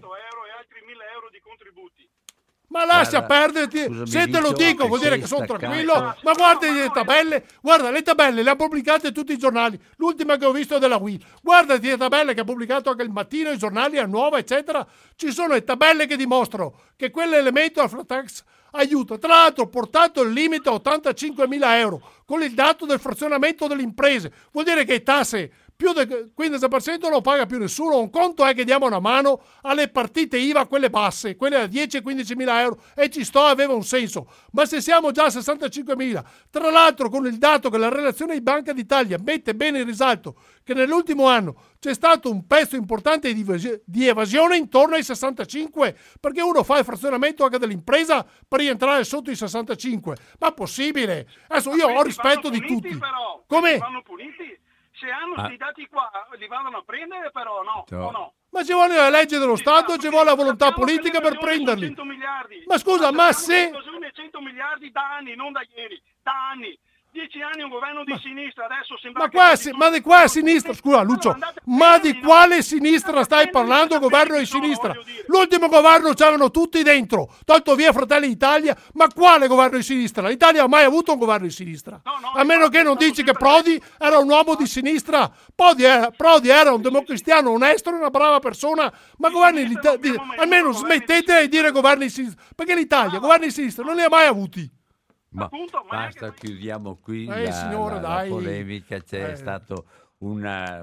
Ma Guarda, lascia perderti, scusami, se te lo Vito, dico vuol dire che sono tranquillo. Ma guarda le tabelle, guarda le tabelle, le ha pubblicate tutti i giornali. L'ultima che ho visto è della WIL. Guardati le tabelle che ha pubblicato anche il Mattino, i giornali, a Nuova, eccetera. Ci sono le tabelle che dimostrano che quell'elemento del flat tax aiuta. Tra l'altro, portato il limite a 85.000 euro con il dato del frazionamento delle imprese. Vuol dire che tasse più del 15% non lo paga più nessuno. Un conto è che diamo una mano alle partite IVA, quelle basse, quelle da 10 e 15.000 euro, e ci sto, aveva un senso. Ma se siamo già a 65.000, tra l'altro con il dato che la relazione di Banca d'Italia mette bene in risalto che nell'ultimo anno c'è stato un pezzo importante di evasione intorno ai 65, perché uno fa il frazionamento anche dell'impresa per rientrare sotto i 65. Ma possibile? Adesso io ho rispetto di tutti. Però, come? Vanno puniti. Se hanno questi dati qua, li vanno a prendere però, no? O no? Ma ci vuole la legge dello Stato, ci vuole la volontà politica per prenderli. Ma scusa, ma se... 100 miliardi da anni, non da ieri, da anni. 10 anni un governo di sinistra, adesso sembra ma di qua a sinistra, scusa Lucio, ma di quale sinistra stai parlando, governo di sinistra? L'ultimo governo c'erano tutti dentro, tolto via Fratelli d'Italia, ma quale governo di sinistra? L'Italia ha mai avuto un governo di sinistra, a meno che non dici che Prodi era un uomo di sinistra. Prodi era un democristiano onesto, una brava persona, ma governi almeno smettete di dire governi di sinistra, perché l'Italia governi di sinistra non li ha mai avuti. Ma basta, chiudiamo qui signore, la polemica. C'è stato un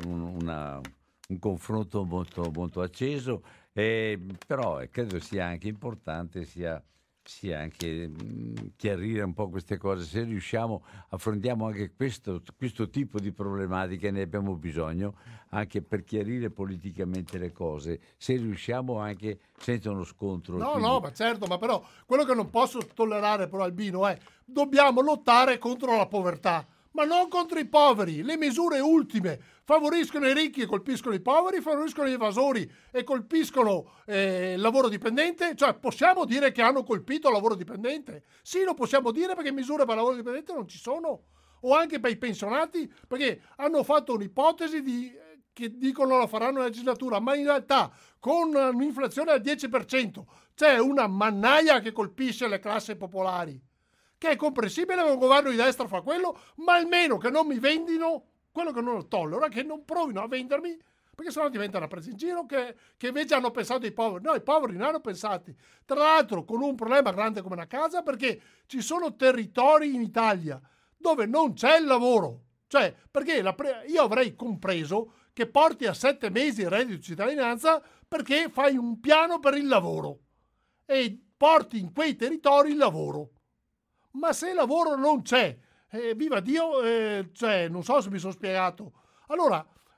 confronto molto, molto acceso, però credo sia anche importante sia anche chiarire un po' queste cose. Se riusciamo, affrontiamo anche questo tipo di problematiche, ne abbiamo bisogno anche per chiarire politicamente le cose, se riusciamo anche senza uno scontro. No, ma certo, ma però quello che non posso tollerare però, Albino, è dobbiamo lottare contro la povertà, ma non contro i poveri. Le misure ultime favoriscono i ricchi e colpiscono i poveri, favoriscono gli evasori e colpiscono il lavoro dipendente. Cioè, possiamo dire che hanno colpito il lavoro dipendente? Sì, lo possiamo dire, perché misure per il lavoro dipendente non ci sono. O anche per i pensionati, perché hanno fatto un'ipotesi che dicono la faranno in legislatura, ma in realtà con un'inflazione al 10% c'è una mannaia che colpisce le classi popolari, che è comprensibile che un governo di destra fa quello, ma almeno che non mi vendino quello che non lo tollero, che non provino a vendermi, perché sennò diventa una presa in giro, che invece hanno pensato ai poveri. No, i poveri non hanno pensati. Tra l'altro con un problema grande come una casa, perché ci sono territori in Italia dove non c'è il lavoro. Cioè, perché io avrei compreso che porti a 7 mesi il reddito di cittadinanza perché fai un piano per il lavoro e porti in quei territori il lavoro. Ma se il lavoro non c'è, viva Dio, cioè, non so se mi sono spiegato. Allora,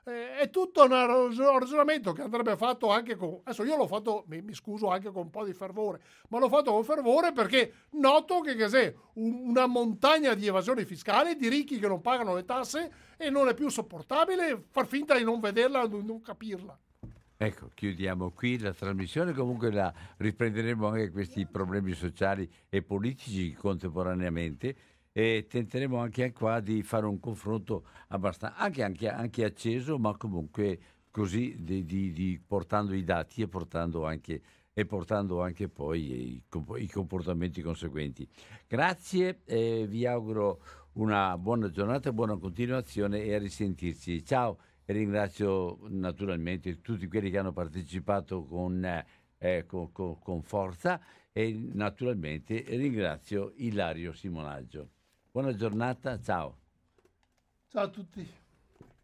è tutto un ragionamento che andrebbe fatto anche con... Adesso io l'ho fatto, mi scuso anche con un po' di fervore, ma l'ho fatto con fervore perché noto che c'è una montagna di evasioni fiscali, di ricchi che non pagano le tasse, e non è più sopportabile far finta di non vederla, di non capirla. Ecco, chiudiamo qui la trasmissione, comunque la riprenderemo anche questi problemi sociali e politici contemporaneamente, e tenteremo anche qua di fare un confronto abbastanza anche acceso, ma comunque così portando i dati e portando anche poi i comportamenti conseguenti. Grazie, vi auguro una buona giornata, buona continuazione e a risentirci. Ciao, e ringrazio naturalmente tutti quelli che hanno partecipato con forza, e naturalmente ringrazio Ilario Simonaggio. Buona giornata, ciao. Ciao a tutti.